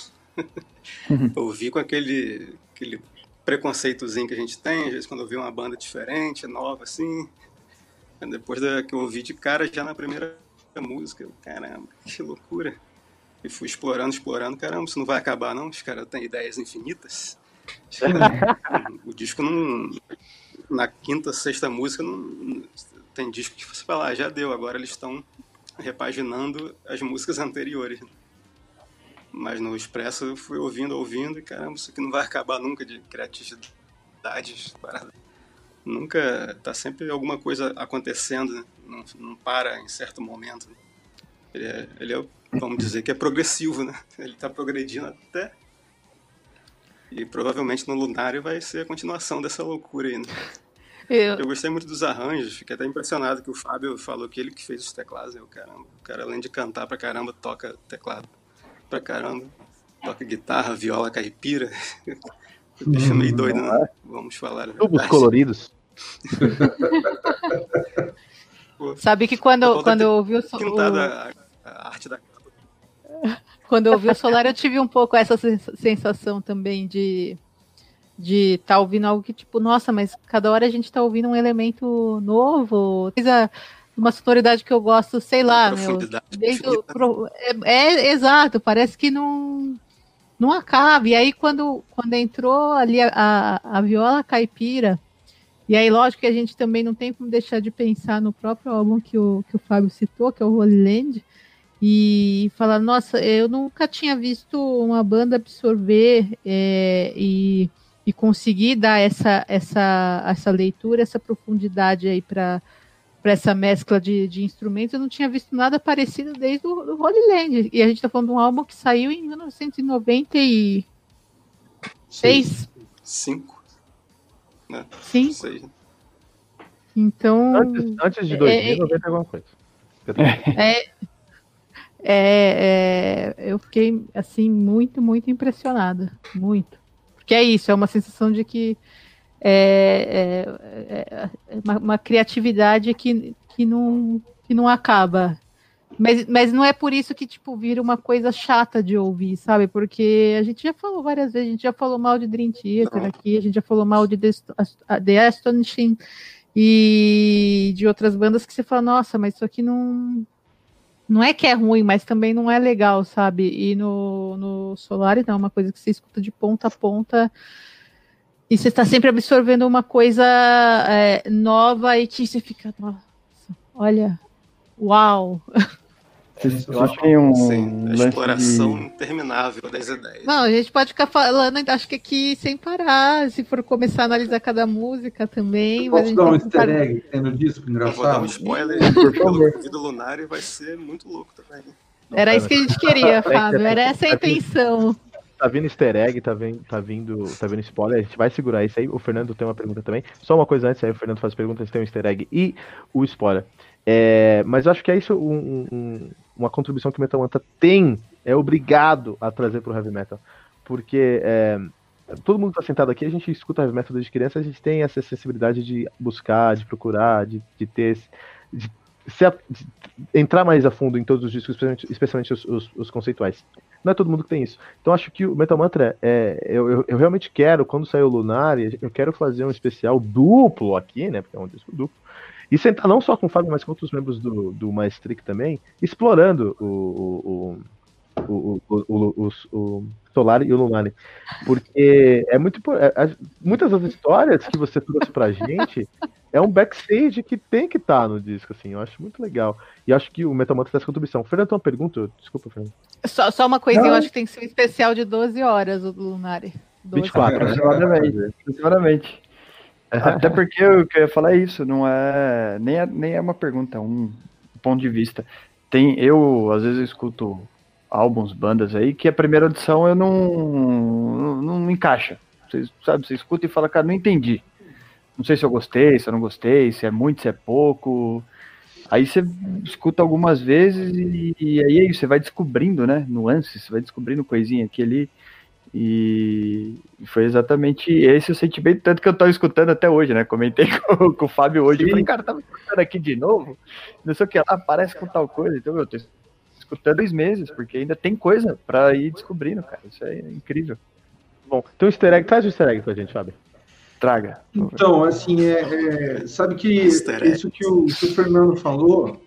Eu ouvi com aquele preconceitozinho que a gente tem, às vezes quando eu vi uma banda diferente, nova, assim. Depois que eu ouvi de cara, já na primeira música, caramba, que loucura. E fui explorando, caramba, isso não vai acabar não, os caras têm ideias infinitas. O disco não... Na quinta, sexta música, não tem disco que você fala, já deu, agora eles estão repaginando as músicas anteriores. Mas no Expresso eu fui ouvindo, e caramba, isso aqui não vai acabar nunca de criatividade. Nunca, tá sempre alguma coisa acontecendo, né? Não para em certo momento. Ele é, vamos dizer que é progressivo, né? Ele tá progredindo até... E provavelmente no Lunário vai ser a continuação dessa loucura aí, né? Eu gostei muito dos arranjos, fiquei até impressionado que o Fábio falou que ele que fez os teclados. Caramba, o cara, além de cantar pra caramba, toca teclado pra caramba, toca guitarra, viola caipira. Deixa meio doido, né? Vamos falar. Tubos coloridos. Sabe que quando eu ouvi a arte da capa. Quando eu ouvi o Solar, eu tive um pouco essa sensação também de estar ouvindo algo que, tipo, nossa, mas cada hora a gente tá ouvindo um elemento novo, uma sonoridade que eu gosto, sei lá, exato, parece que não acaba. E aí quando entrou ali a viola caipira, e aí lógico que a gente também não tem como deixar de pensar no próprio álbum que o Fábio citou, que é o Holy Land, e falar, nossa, eu nunca tinha visto uma banda absorver e conseguir dar essa leitura, essa profundidade aí para essa mescla de instrumentos. Eu não tinha visto nada parecido desde o Holy Land. E a gente está falando de um álbum que saiu em 1996. 5. Né? 5. Sei. Então... Antes de 2090 alguma coisa. Eu fiquei, assim, muito, muito impressionada. Muito. Porque é isso, é uma sensação de que uma criatividade que não acaba. Mas não é por isso que, tipo, vira uma coisa chata de ouvir, sabe? Porque a gente já falou várias vezes, a gente já falou mal de Dream Theater aqui, a gente já falou mal de The Astonishing e de outras bandas que você fala, nossa, mas isso aqui não é que é ruim, mas também não é legal, sabe? E no Solar, então, é uma coisa que você escuta de ponta a ponta e você está sempre absorvendo uma coisa nova e que você fica, nossa, olha, uau! Eu acho que tem um a exploração interminável das ideias. Não, a gente pode ficar falando, acho que aqui sem parar, se for começar a analisar cada música também. Posso dar um easter egg que tem no disco engraçado? Eu vou dar um spoiler, por favor. O vídeo Lunário vai ser muito louco também. Era isso que a gente queria, Fábio. Era essa a intenção. Tá vindo easter egg, tá vindo spoiler, a gente vai segurar isso aí. O Fernando tem uma pergunta também. Só uma coisa antes, aí o Fernando faz pergunta, a gente tem um easter egg e o spoiler. Mas eu acho que é isso uma contribuição que o Metal Mantra tem, é obrigado a trazer pro Heavy Metal. Porque todo mundo tá sentado aqui, a gente escuta Heavy Metal desde criança, a gente tem essa sensibilidade de buscar, de procurar, de ter... de entrar mais a fundo em todos os discos, especialmente os conceituais. Não é todo mundo que tem isso. Então acho que o Metal Mantra, eu realmente quero, quando sair o Lunar, eu quero fazer um especial duplo aqui, né, porque é um disco duplo, e sentar não só com o Fábio, mas com outros membros do Maestric também, explorando o Solar e o Lunar. Porque é muito muitas das histórias que você trouxe pra gente é um backstage que tem que estar no disco, assim, eu acho muito legal. E acho que o Metal Mantra tem essa contribuição. Fernando, tem uma pergunta? Desculpa, Fernando. Só uma coisinha, eu acho que tem que ser um especial de 12 horas, o Lunari. 24, aproximadamente. Até porque o que eu ia falar é isso, não é nem é uma pergunta, é um ponto de vista. Às vezes eu escuto álbuns, bandas aí, que a primeira audição eu não encaixa. Você escuta e fala, cara, não entendi. Não sei se eu gostei, se eu não gostei, se é muito, se é pouco. Aí você escuta algumas vezes e aí você vai descobrindo, né, nuances, você vai descobrindo coisinha aqui ali. E foi exatamente esse o sentimento, tanto que eu tô escutando até hoje, né? Comentei com o Fábio hoje. Eu falei, cara, tava escutando aqui de novo, não sei o que lá, parece com tal coisa. Então eu tô escutando 2 meses, porque ainda tem coisa pra ir descobrindo, cara. Isso é incrível. Bom, então easter egg, traz o easter egg pra gente, Fábio. Traga. Então, assim, sabe que isso que o Fernando falou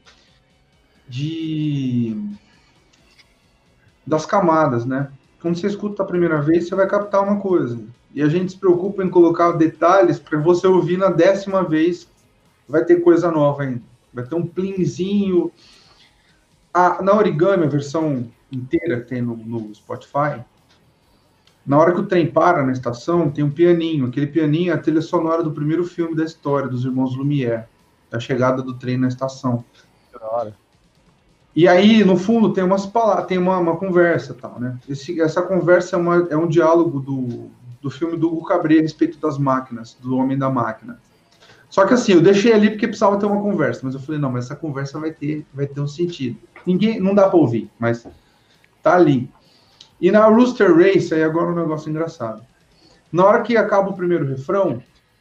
das camadas, né? Quando você escuta a primeira vez, você vai captar uma coisa. E a gente se preocupa em colocar detalhes para você ouvir na 10ª vez. Vai ter coisa nova ainda. Vai ter um plinzinho. Na Origami, a versão inteira que tem no Spotify, na hora que o trem para na estação, tem um pianinho. Aquele pianinho é a trilha sonora do primeiro filme da história, dos irmãos Lumière. Da chegada do trem na estação. Da hora. E aí, no fundo, tem tem uma conversa, tal, né? Essa conversa é um diálogo do filme do Hugo Cabret a respeito das máquinas, do Homem da Máquina. Só que assim, eu deixei ali porque precisava ter uma conversa, mas eu falei, não, mas essa conversa vai ter um sentido. Não dá para ouvir, mas tá ali. E na Rooster Race, aí agora um negócio engraçado. Na hora que acaba o primeiro refrão,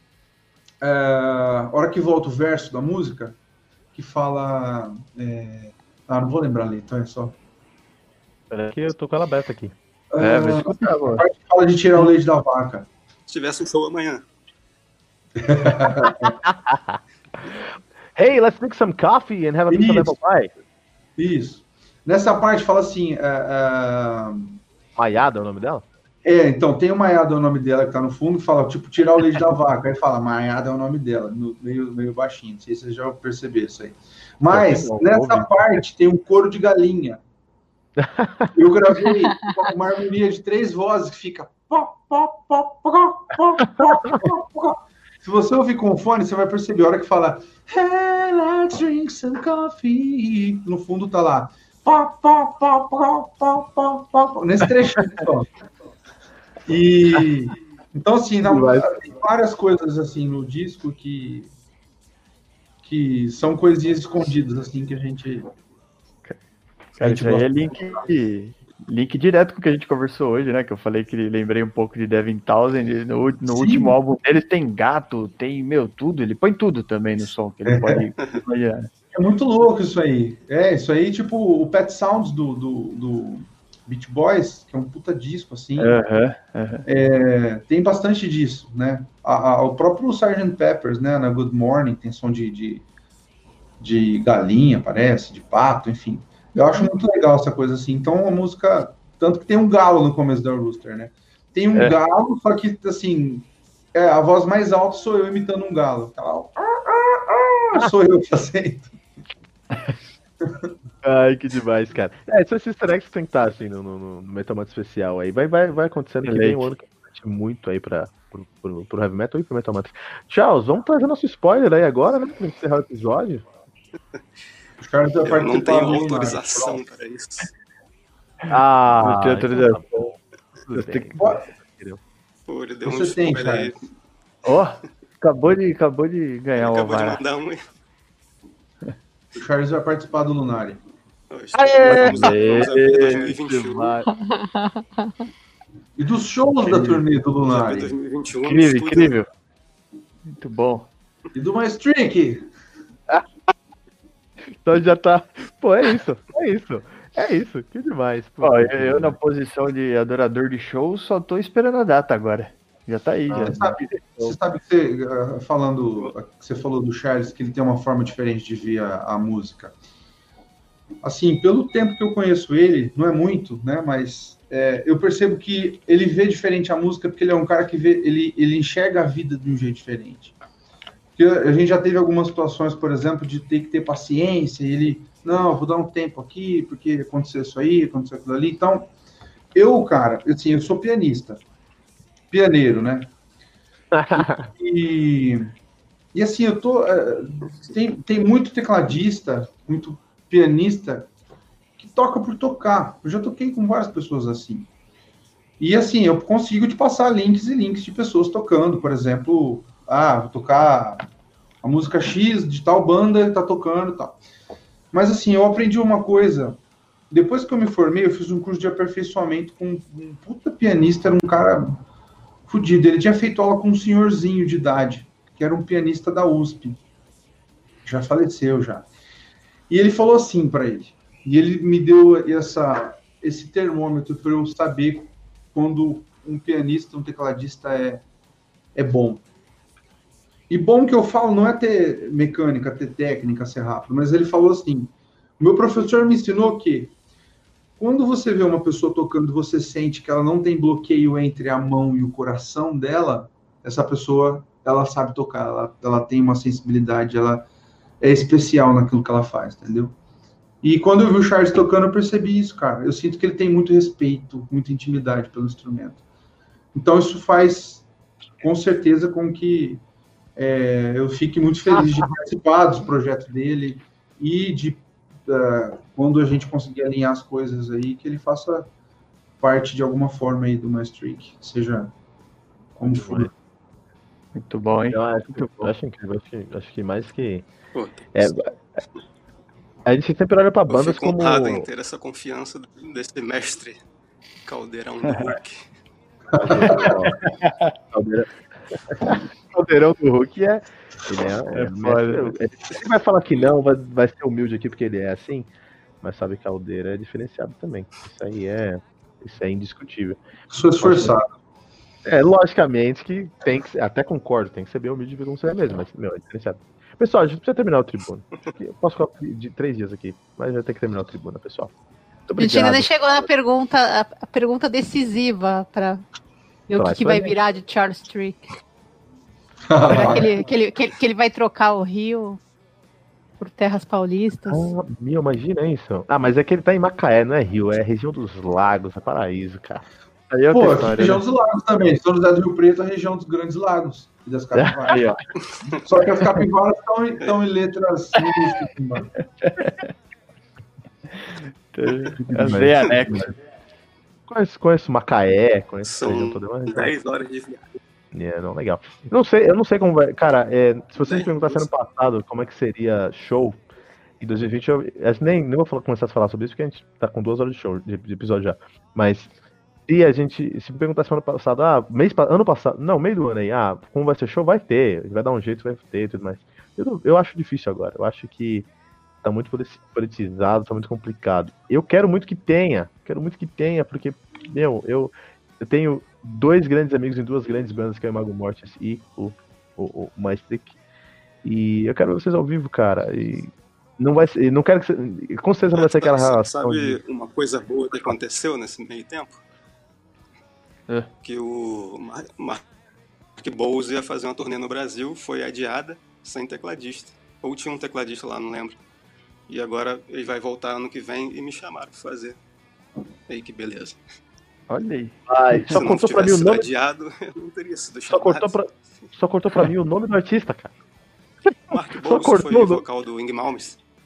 a hora que volta o verso da música, que fala... não vou lembrar ali, então é só. Peraí que eu tô com ela aberta aqui. Mas escuta agora. A parte que fala de tirar o leite da vaca. Se tivesse um show amanhã. Hey, let's drink some coffee and have a piece of apple pie. Isso. Nessa parte fala assim... Maiada é o nome dela? Então, tem o Maiada é o nome dela que tá no fundo, que fala, tipo, tirar o leite da vaca. Aí fala, Maiada é o nome dela, meio baixinho. Não sei se vocês já perceberam isso aí. Mas, nessa parte, tem um coro de galinha. Eu gravei uma harmonia de 3 vozes que fica... Se você ouvir com o fone, você vai perceber. A hora que fala... Hey, let's drink some coffee. No fundo tá lá... Nesse trechinho. E então assim, tem várias coisas assim no disco que são coisinhas escondidas assim que a gente isso aí é link direto com o que a gente conversou hoje, né? Que eu falei que lembrei um pouco de Devin Townsend. No último álbum dele tem gato, tem tudo. Ele põe tudo também no som que ele pode imaginar. É muito louco isso aí. Isso aí, tipo, o Pet Sounds do Beach Boys, que é um puta disco, assim. Tem bastante disso, né? O próprio Sgt. Peppers, né? Na Good Morning, tem som de galinha, parece, de pato, enfim. Eu acho muito legal essa coisa assim. Então, a música... Tanto que tem um galo no começo da Rooster, né? Tem um galo, só que, assim... a voz mais alta sou eu imitando um galo. Sou eu fazendo. Ai, que demais, cara. São esses easter eggs que tem que estar assim no Metal Mantra especial aí. Vai acontecendo que vem um ano que promete muito aí pro Heavy Metal e pro Metal Mantra. Charles, vamos trazer nosso spoiler aí agora, né? Pra encerrar o episódio. O Charles vai Eu participar não tenho do Lunar. autorização para isso. Ah, Não tem autorização. então tá bom. Tudo bem. Pô, ele deu Você um tem, spoiler aí. Ó, acabou de ganhar o Acabou de Alvará. mandar um. O Charles vai participar do Lunar. Vamos abrir 2021. E dos shows da turnê do Vamos Lunar. abrir 2021. no Incrível, estúdio. incrível. Muito bom. E do Maestrink. Então já tá. Pô, é isso. Que demais. Pô. Ó, eu na posição de adorador de show só tô esperando a data agora. Já tá aí, já. Você sabe que você falou do Charles, que ele tem uma forma diferente de ver a música. Assim, pelo tempo que eu conheço ele, não é muito, né? Mas eu percebo que ele vê diferente a música porque ele é um cara que ele enxerga a vida de um jeito diferente. Porque a gente já teve algumas situações, por exemplo, de ter que ter paciência, e ele, não, vou dar um tempo aqui, porque aconteceu isso aí, aconteceu aquilo ali. Então, cara, assim, eu sou pianeiro, né? E assim, tem muito tecladista, muito pianista que toca por tocar. Eu já toquei com várias pessoas assim. E assim, eu consigo te passar links e links de pessoas tocando, por exemplo, vou tocar a música X de tal banda, tá tocando e tal. Mas assim, eu aprendi uma coisa. Depois que eu me formei, eu fiz um curso de aperfeiçoamento com um puta pianista, era um cara fudido. Ele tinha feito aula com um senhorzinho de idade, que era um pianista da USP. Já faleceu, já. E ele falou assim para ele. E ele me deu esse termômetro para eu saber quando um pianista, um tecladista é bom. E bom que eu falo não é ter mecânica, ter técnica, ser rápido, mas ele falou assim, o meu professor me ensinou que quando você vê uma pessoa tocando, você sente que ela não tem bloqueio entre a mão e o coração dela, essa pessoa, ela sabe tocar, ela tem uma sensibilidade, ela é especial naquilo que ela faz, entendeu? E quando eu vi o Charles tocando, eu percebi isso, cara. Eu sinto que ele tem muito respeito, muita intimidade pelo instrumento. Então isso faz, com certeza, com que eu fique muito feliz de participar dos projetos dele e de quando a gente conseguir alinhar as coisas aí, que ele faça parte de alguma forma aí do Maestrink, seja como for. Muito bom, hein? Eu acho incrível, acho que mais que... Pô, A gente sempre olha pra eu bandas fico como... honrado em ter essa confiança desse mestre Caldeirão do Hulk. Caldeirão do Hulk ele vai falar que não, vai ser humilde aqui porque ele é assim, mas sabe que Caldeira é diferenciado também. Isso é indiscutível. Sou esforçado. Logicamente que tem que ser, até concordo, tem que ser bem humilde como você é mesmo, mas é diferenciado. Pessoal, a gente precisa terminar o Tribuna. Eu posso ficar de 3 dias aqui, mas vai ter que terminar o Tribuna, pessoal. A gente ainda nem chegou na pergunta decisiva para ver o que vai virar de Charles Trick. que ele vai trocar o Rio por terras paulistas. Imagina isso. Mas é que ele tá em Macaé, não é Rio, é região dos lagos, é paraíso, cara. Aí é região dos lagos também. São José do Rio Preto é a região dos grandes lagos e das capivaras. Só que as capivaras estão em letras minúsculas. As bem anexas. Conheço Macaé, conheço São toda 10 horas de viagem. Não, legal. Eu não sei como vai. Cara, se você me perguntasse ano passado como é que seria show em 2020, eu nem vou começar a falar sobre isso, porque a gente tá com 2 horas de show, de episódio já. Mas se me perguntasse ano passado, ano passado, não, meio do ano aí, como vai ser show? Vai ter, vai dar um jeito, vai ter e tudo mais. Eu acho difícil agora, eu acho que tá muito politizado, tá muito complicado. Eu quero muito que tenha, porque, eu tenho 2 grandes amigos em 2 grandes bandas, que é o Mago Mortis e o Maestrink. E eu quero vocês ao vivo, cara. E não vai ser, não quero que você, com certeza não vai ser aquela relação. Sabe uma coisa boa que aconteceu nesse meio tempo? Que o Mark Bowles ia fazer uma turnê no Brasil, foi adiada sem tecladista. Ou tinha um tecladista lá, não lembro. E agora ele vai voltar ano que vem e me chamaram pra fazer. Aí que beleza. Olha aí. Só contou pra mim o nome. Adiado, eu não teria sido chamado. Só cortou pra mim o nome do artista, cara. Mark Bowles foi o vocal do Ing Malmsteen.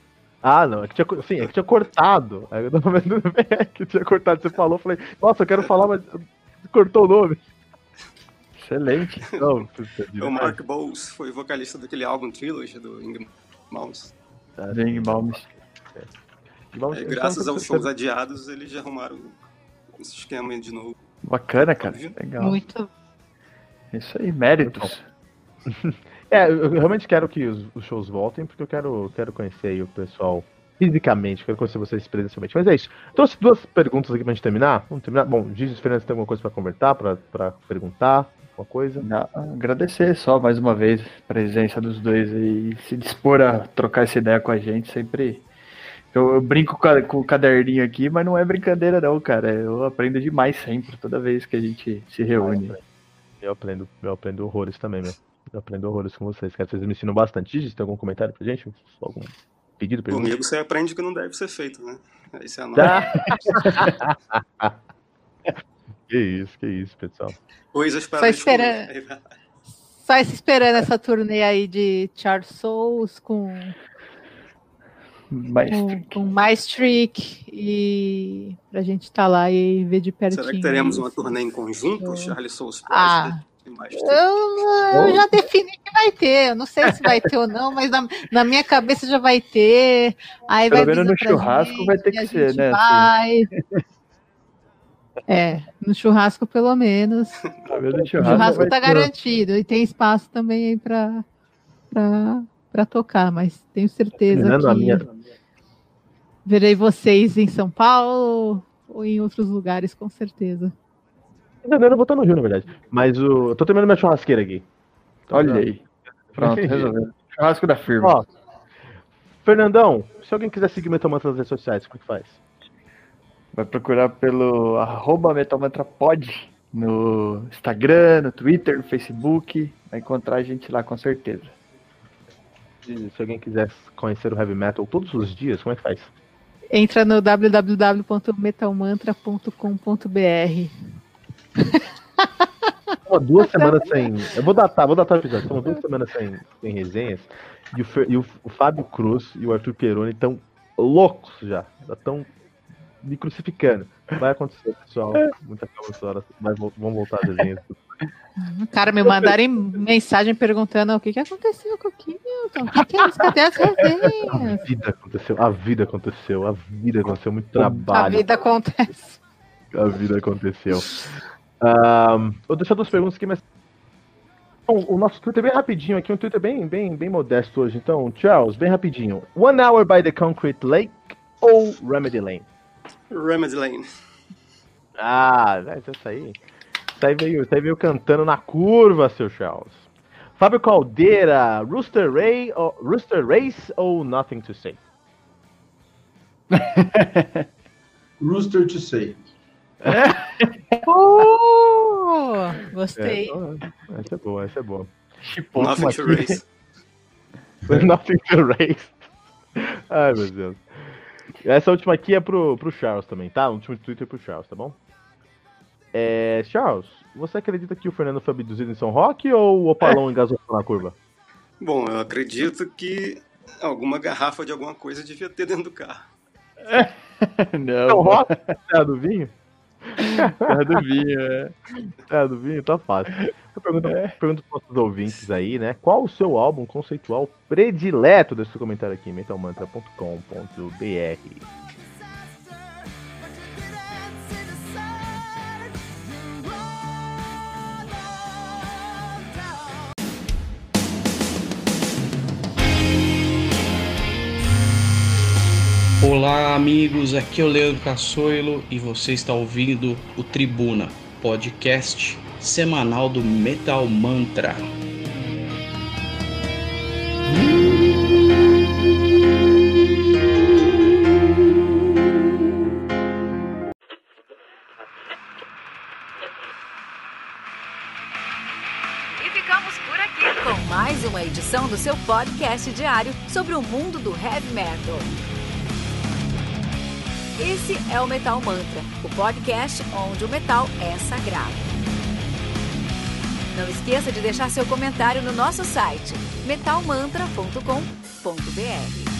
Ah, não, é que tinha cortado. Aí eu tava vendo que tinha cortado, você falou, eu falei, nossa, eu quero falar, mas cortou o nome. Excelente. Não, O Mark Bowles foi vocalista daquele álbum Trilogy do Ingrid Malmsteen. Bing Balmes. Graças aos shows adiados, eles já arrumaram esse esquema aí de novo. Bacana, cara. Legal. Muito. Isso aí, méritos. Eu realmente quero que os shows voltem, porque eu quero conhecer aí o pessoal fisicamente, quero conhecer vocês presencialmente. Mas é isso. Trouxe 2 perguntas aqui pra gente terminar. Vamos terminar? Bom, Gigi e Fernandes tem alguma coisa pra conversar, pra perguntar? Alguma coisa? Não, agradecer só mais uma vez a presença dos dois aí, se dispor a trocar essa ideia com a gente, sempre. Eu brinco com o caderninho aqui, mas não é brincadeira não, cara. Eu aprendo demais sempre, toda vez que a gente se reúne. Eu aprendo horrores também, meu. Eu aprendo horrores com vocês, cara. Vocês me ensinam bastante. Gigi, tem algum comentário pra gente? Algum pedido? Pergunta? Comigo você aprende que não deve ser feito, né? Isso é a nota. Que isso, pessoal. Coisas para Só esperando essa turnê aí de Charles Souls com mais trick e pra gente estar lá e ver de pertinho. Será que teremos uma turnê em conjunto, Charles Souls? Eu já defini que vai ter. Eu não sei se vai ter ou não, mas na minha cabeça já vai ter. Aí pelo vai menos no churrasco gente, vai ter que ser, né? Vai. No churrasco pelo menos. O churrasco tá garantido. E tem espaço também aí pra tocar, mas tenho certeza que verei vocês em São Paulo ou em outros lugares, com certeza. Eu não vou estar no Rio, na verdade. Mas eu tô terminando minha churrasqueira aqui. Olha aí. Pronto, resolveu. Churrasco da firma. Ó, Fernandão, se alguém quiser seguir o Metal Mantra nas redes sociais, como é que faz? Vai procurar pelo @metalmantrapod no Instagram, no Twitter, no Facebook. Vai encontrar a gente lá, com certeza. Se alguém quiser conhecer o Heavy Metal todos os dias, como é que faz? Entra no www.metalmantra.com.br. 2 semanas sem... Eu vou datar o episódio. São 2 semanas sem resenhas. E o Fábio Cruz e o Arthur Pieroni estão loucos já. Já estão me crucificando. Vai acontecer, pessoal. Muita calma, vão voltar as resenhas. Cara, me mandarem mensagem perguntando o que aconteceu com o Kilton. O que é isso? Cadê as resenhas? A vida aconteceu. Muito trabalho. A vida acontece. Vou deixar 2 perguntas aqui, mas o nosso Twitter é bem rapidinho aqui, um Twitter bem modesto hoje. Então, Charles, bem rapidinho. 1 Hour by the Concrete Lake ou Remedy Lane? Remedy Lane. Isso aí veio cantando na curva, seu Charles. Fábio Caldeira, Rooster Race ou Nothing to Say? Rooster to Say. Gostei. Essa é boa. Nothing to Race. Nothing to Race. Ai, meu Deus. Essa última aqui é pro Charles também, tá? O último Twitter pro Charles, tá bom? Charles, você acredita que o Fernando foi abduzido em São Roque ou o Opalão engasou na curva? Bom, eu acredito que alguma garrafa de alguma coisa devia ter dentro do carro. Não. São Roque? É a do vinho? É do vinho, tá fácil. Eu pergunto para os nossos ouvintes aí, né? Qual o seu álbum conceitual predileto? Deixa seu comentário aqui, metalmantra.com.br. Olá amigos, aqui é o Leandro Cassoilo e você está ouvindo o Tribuna, podcast semanal do Metal Mantra. E ficamos por aqui com mais uma edição do seu podcast diário sobre o mundo do heavy metal. Esse é o Metal Mantra, o podcast onde o metal é sagrado. Não esqueça de deixar seu comentário no nosso site metalmantra.com.br.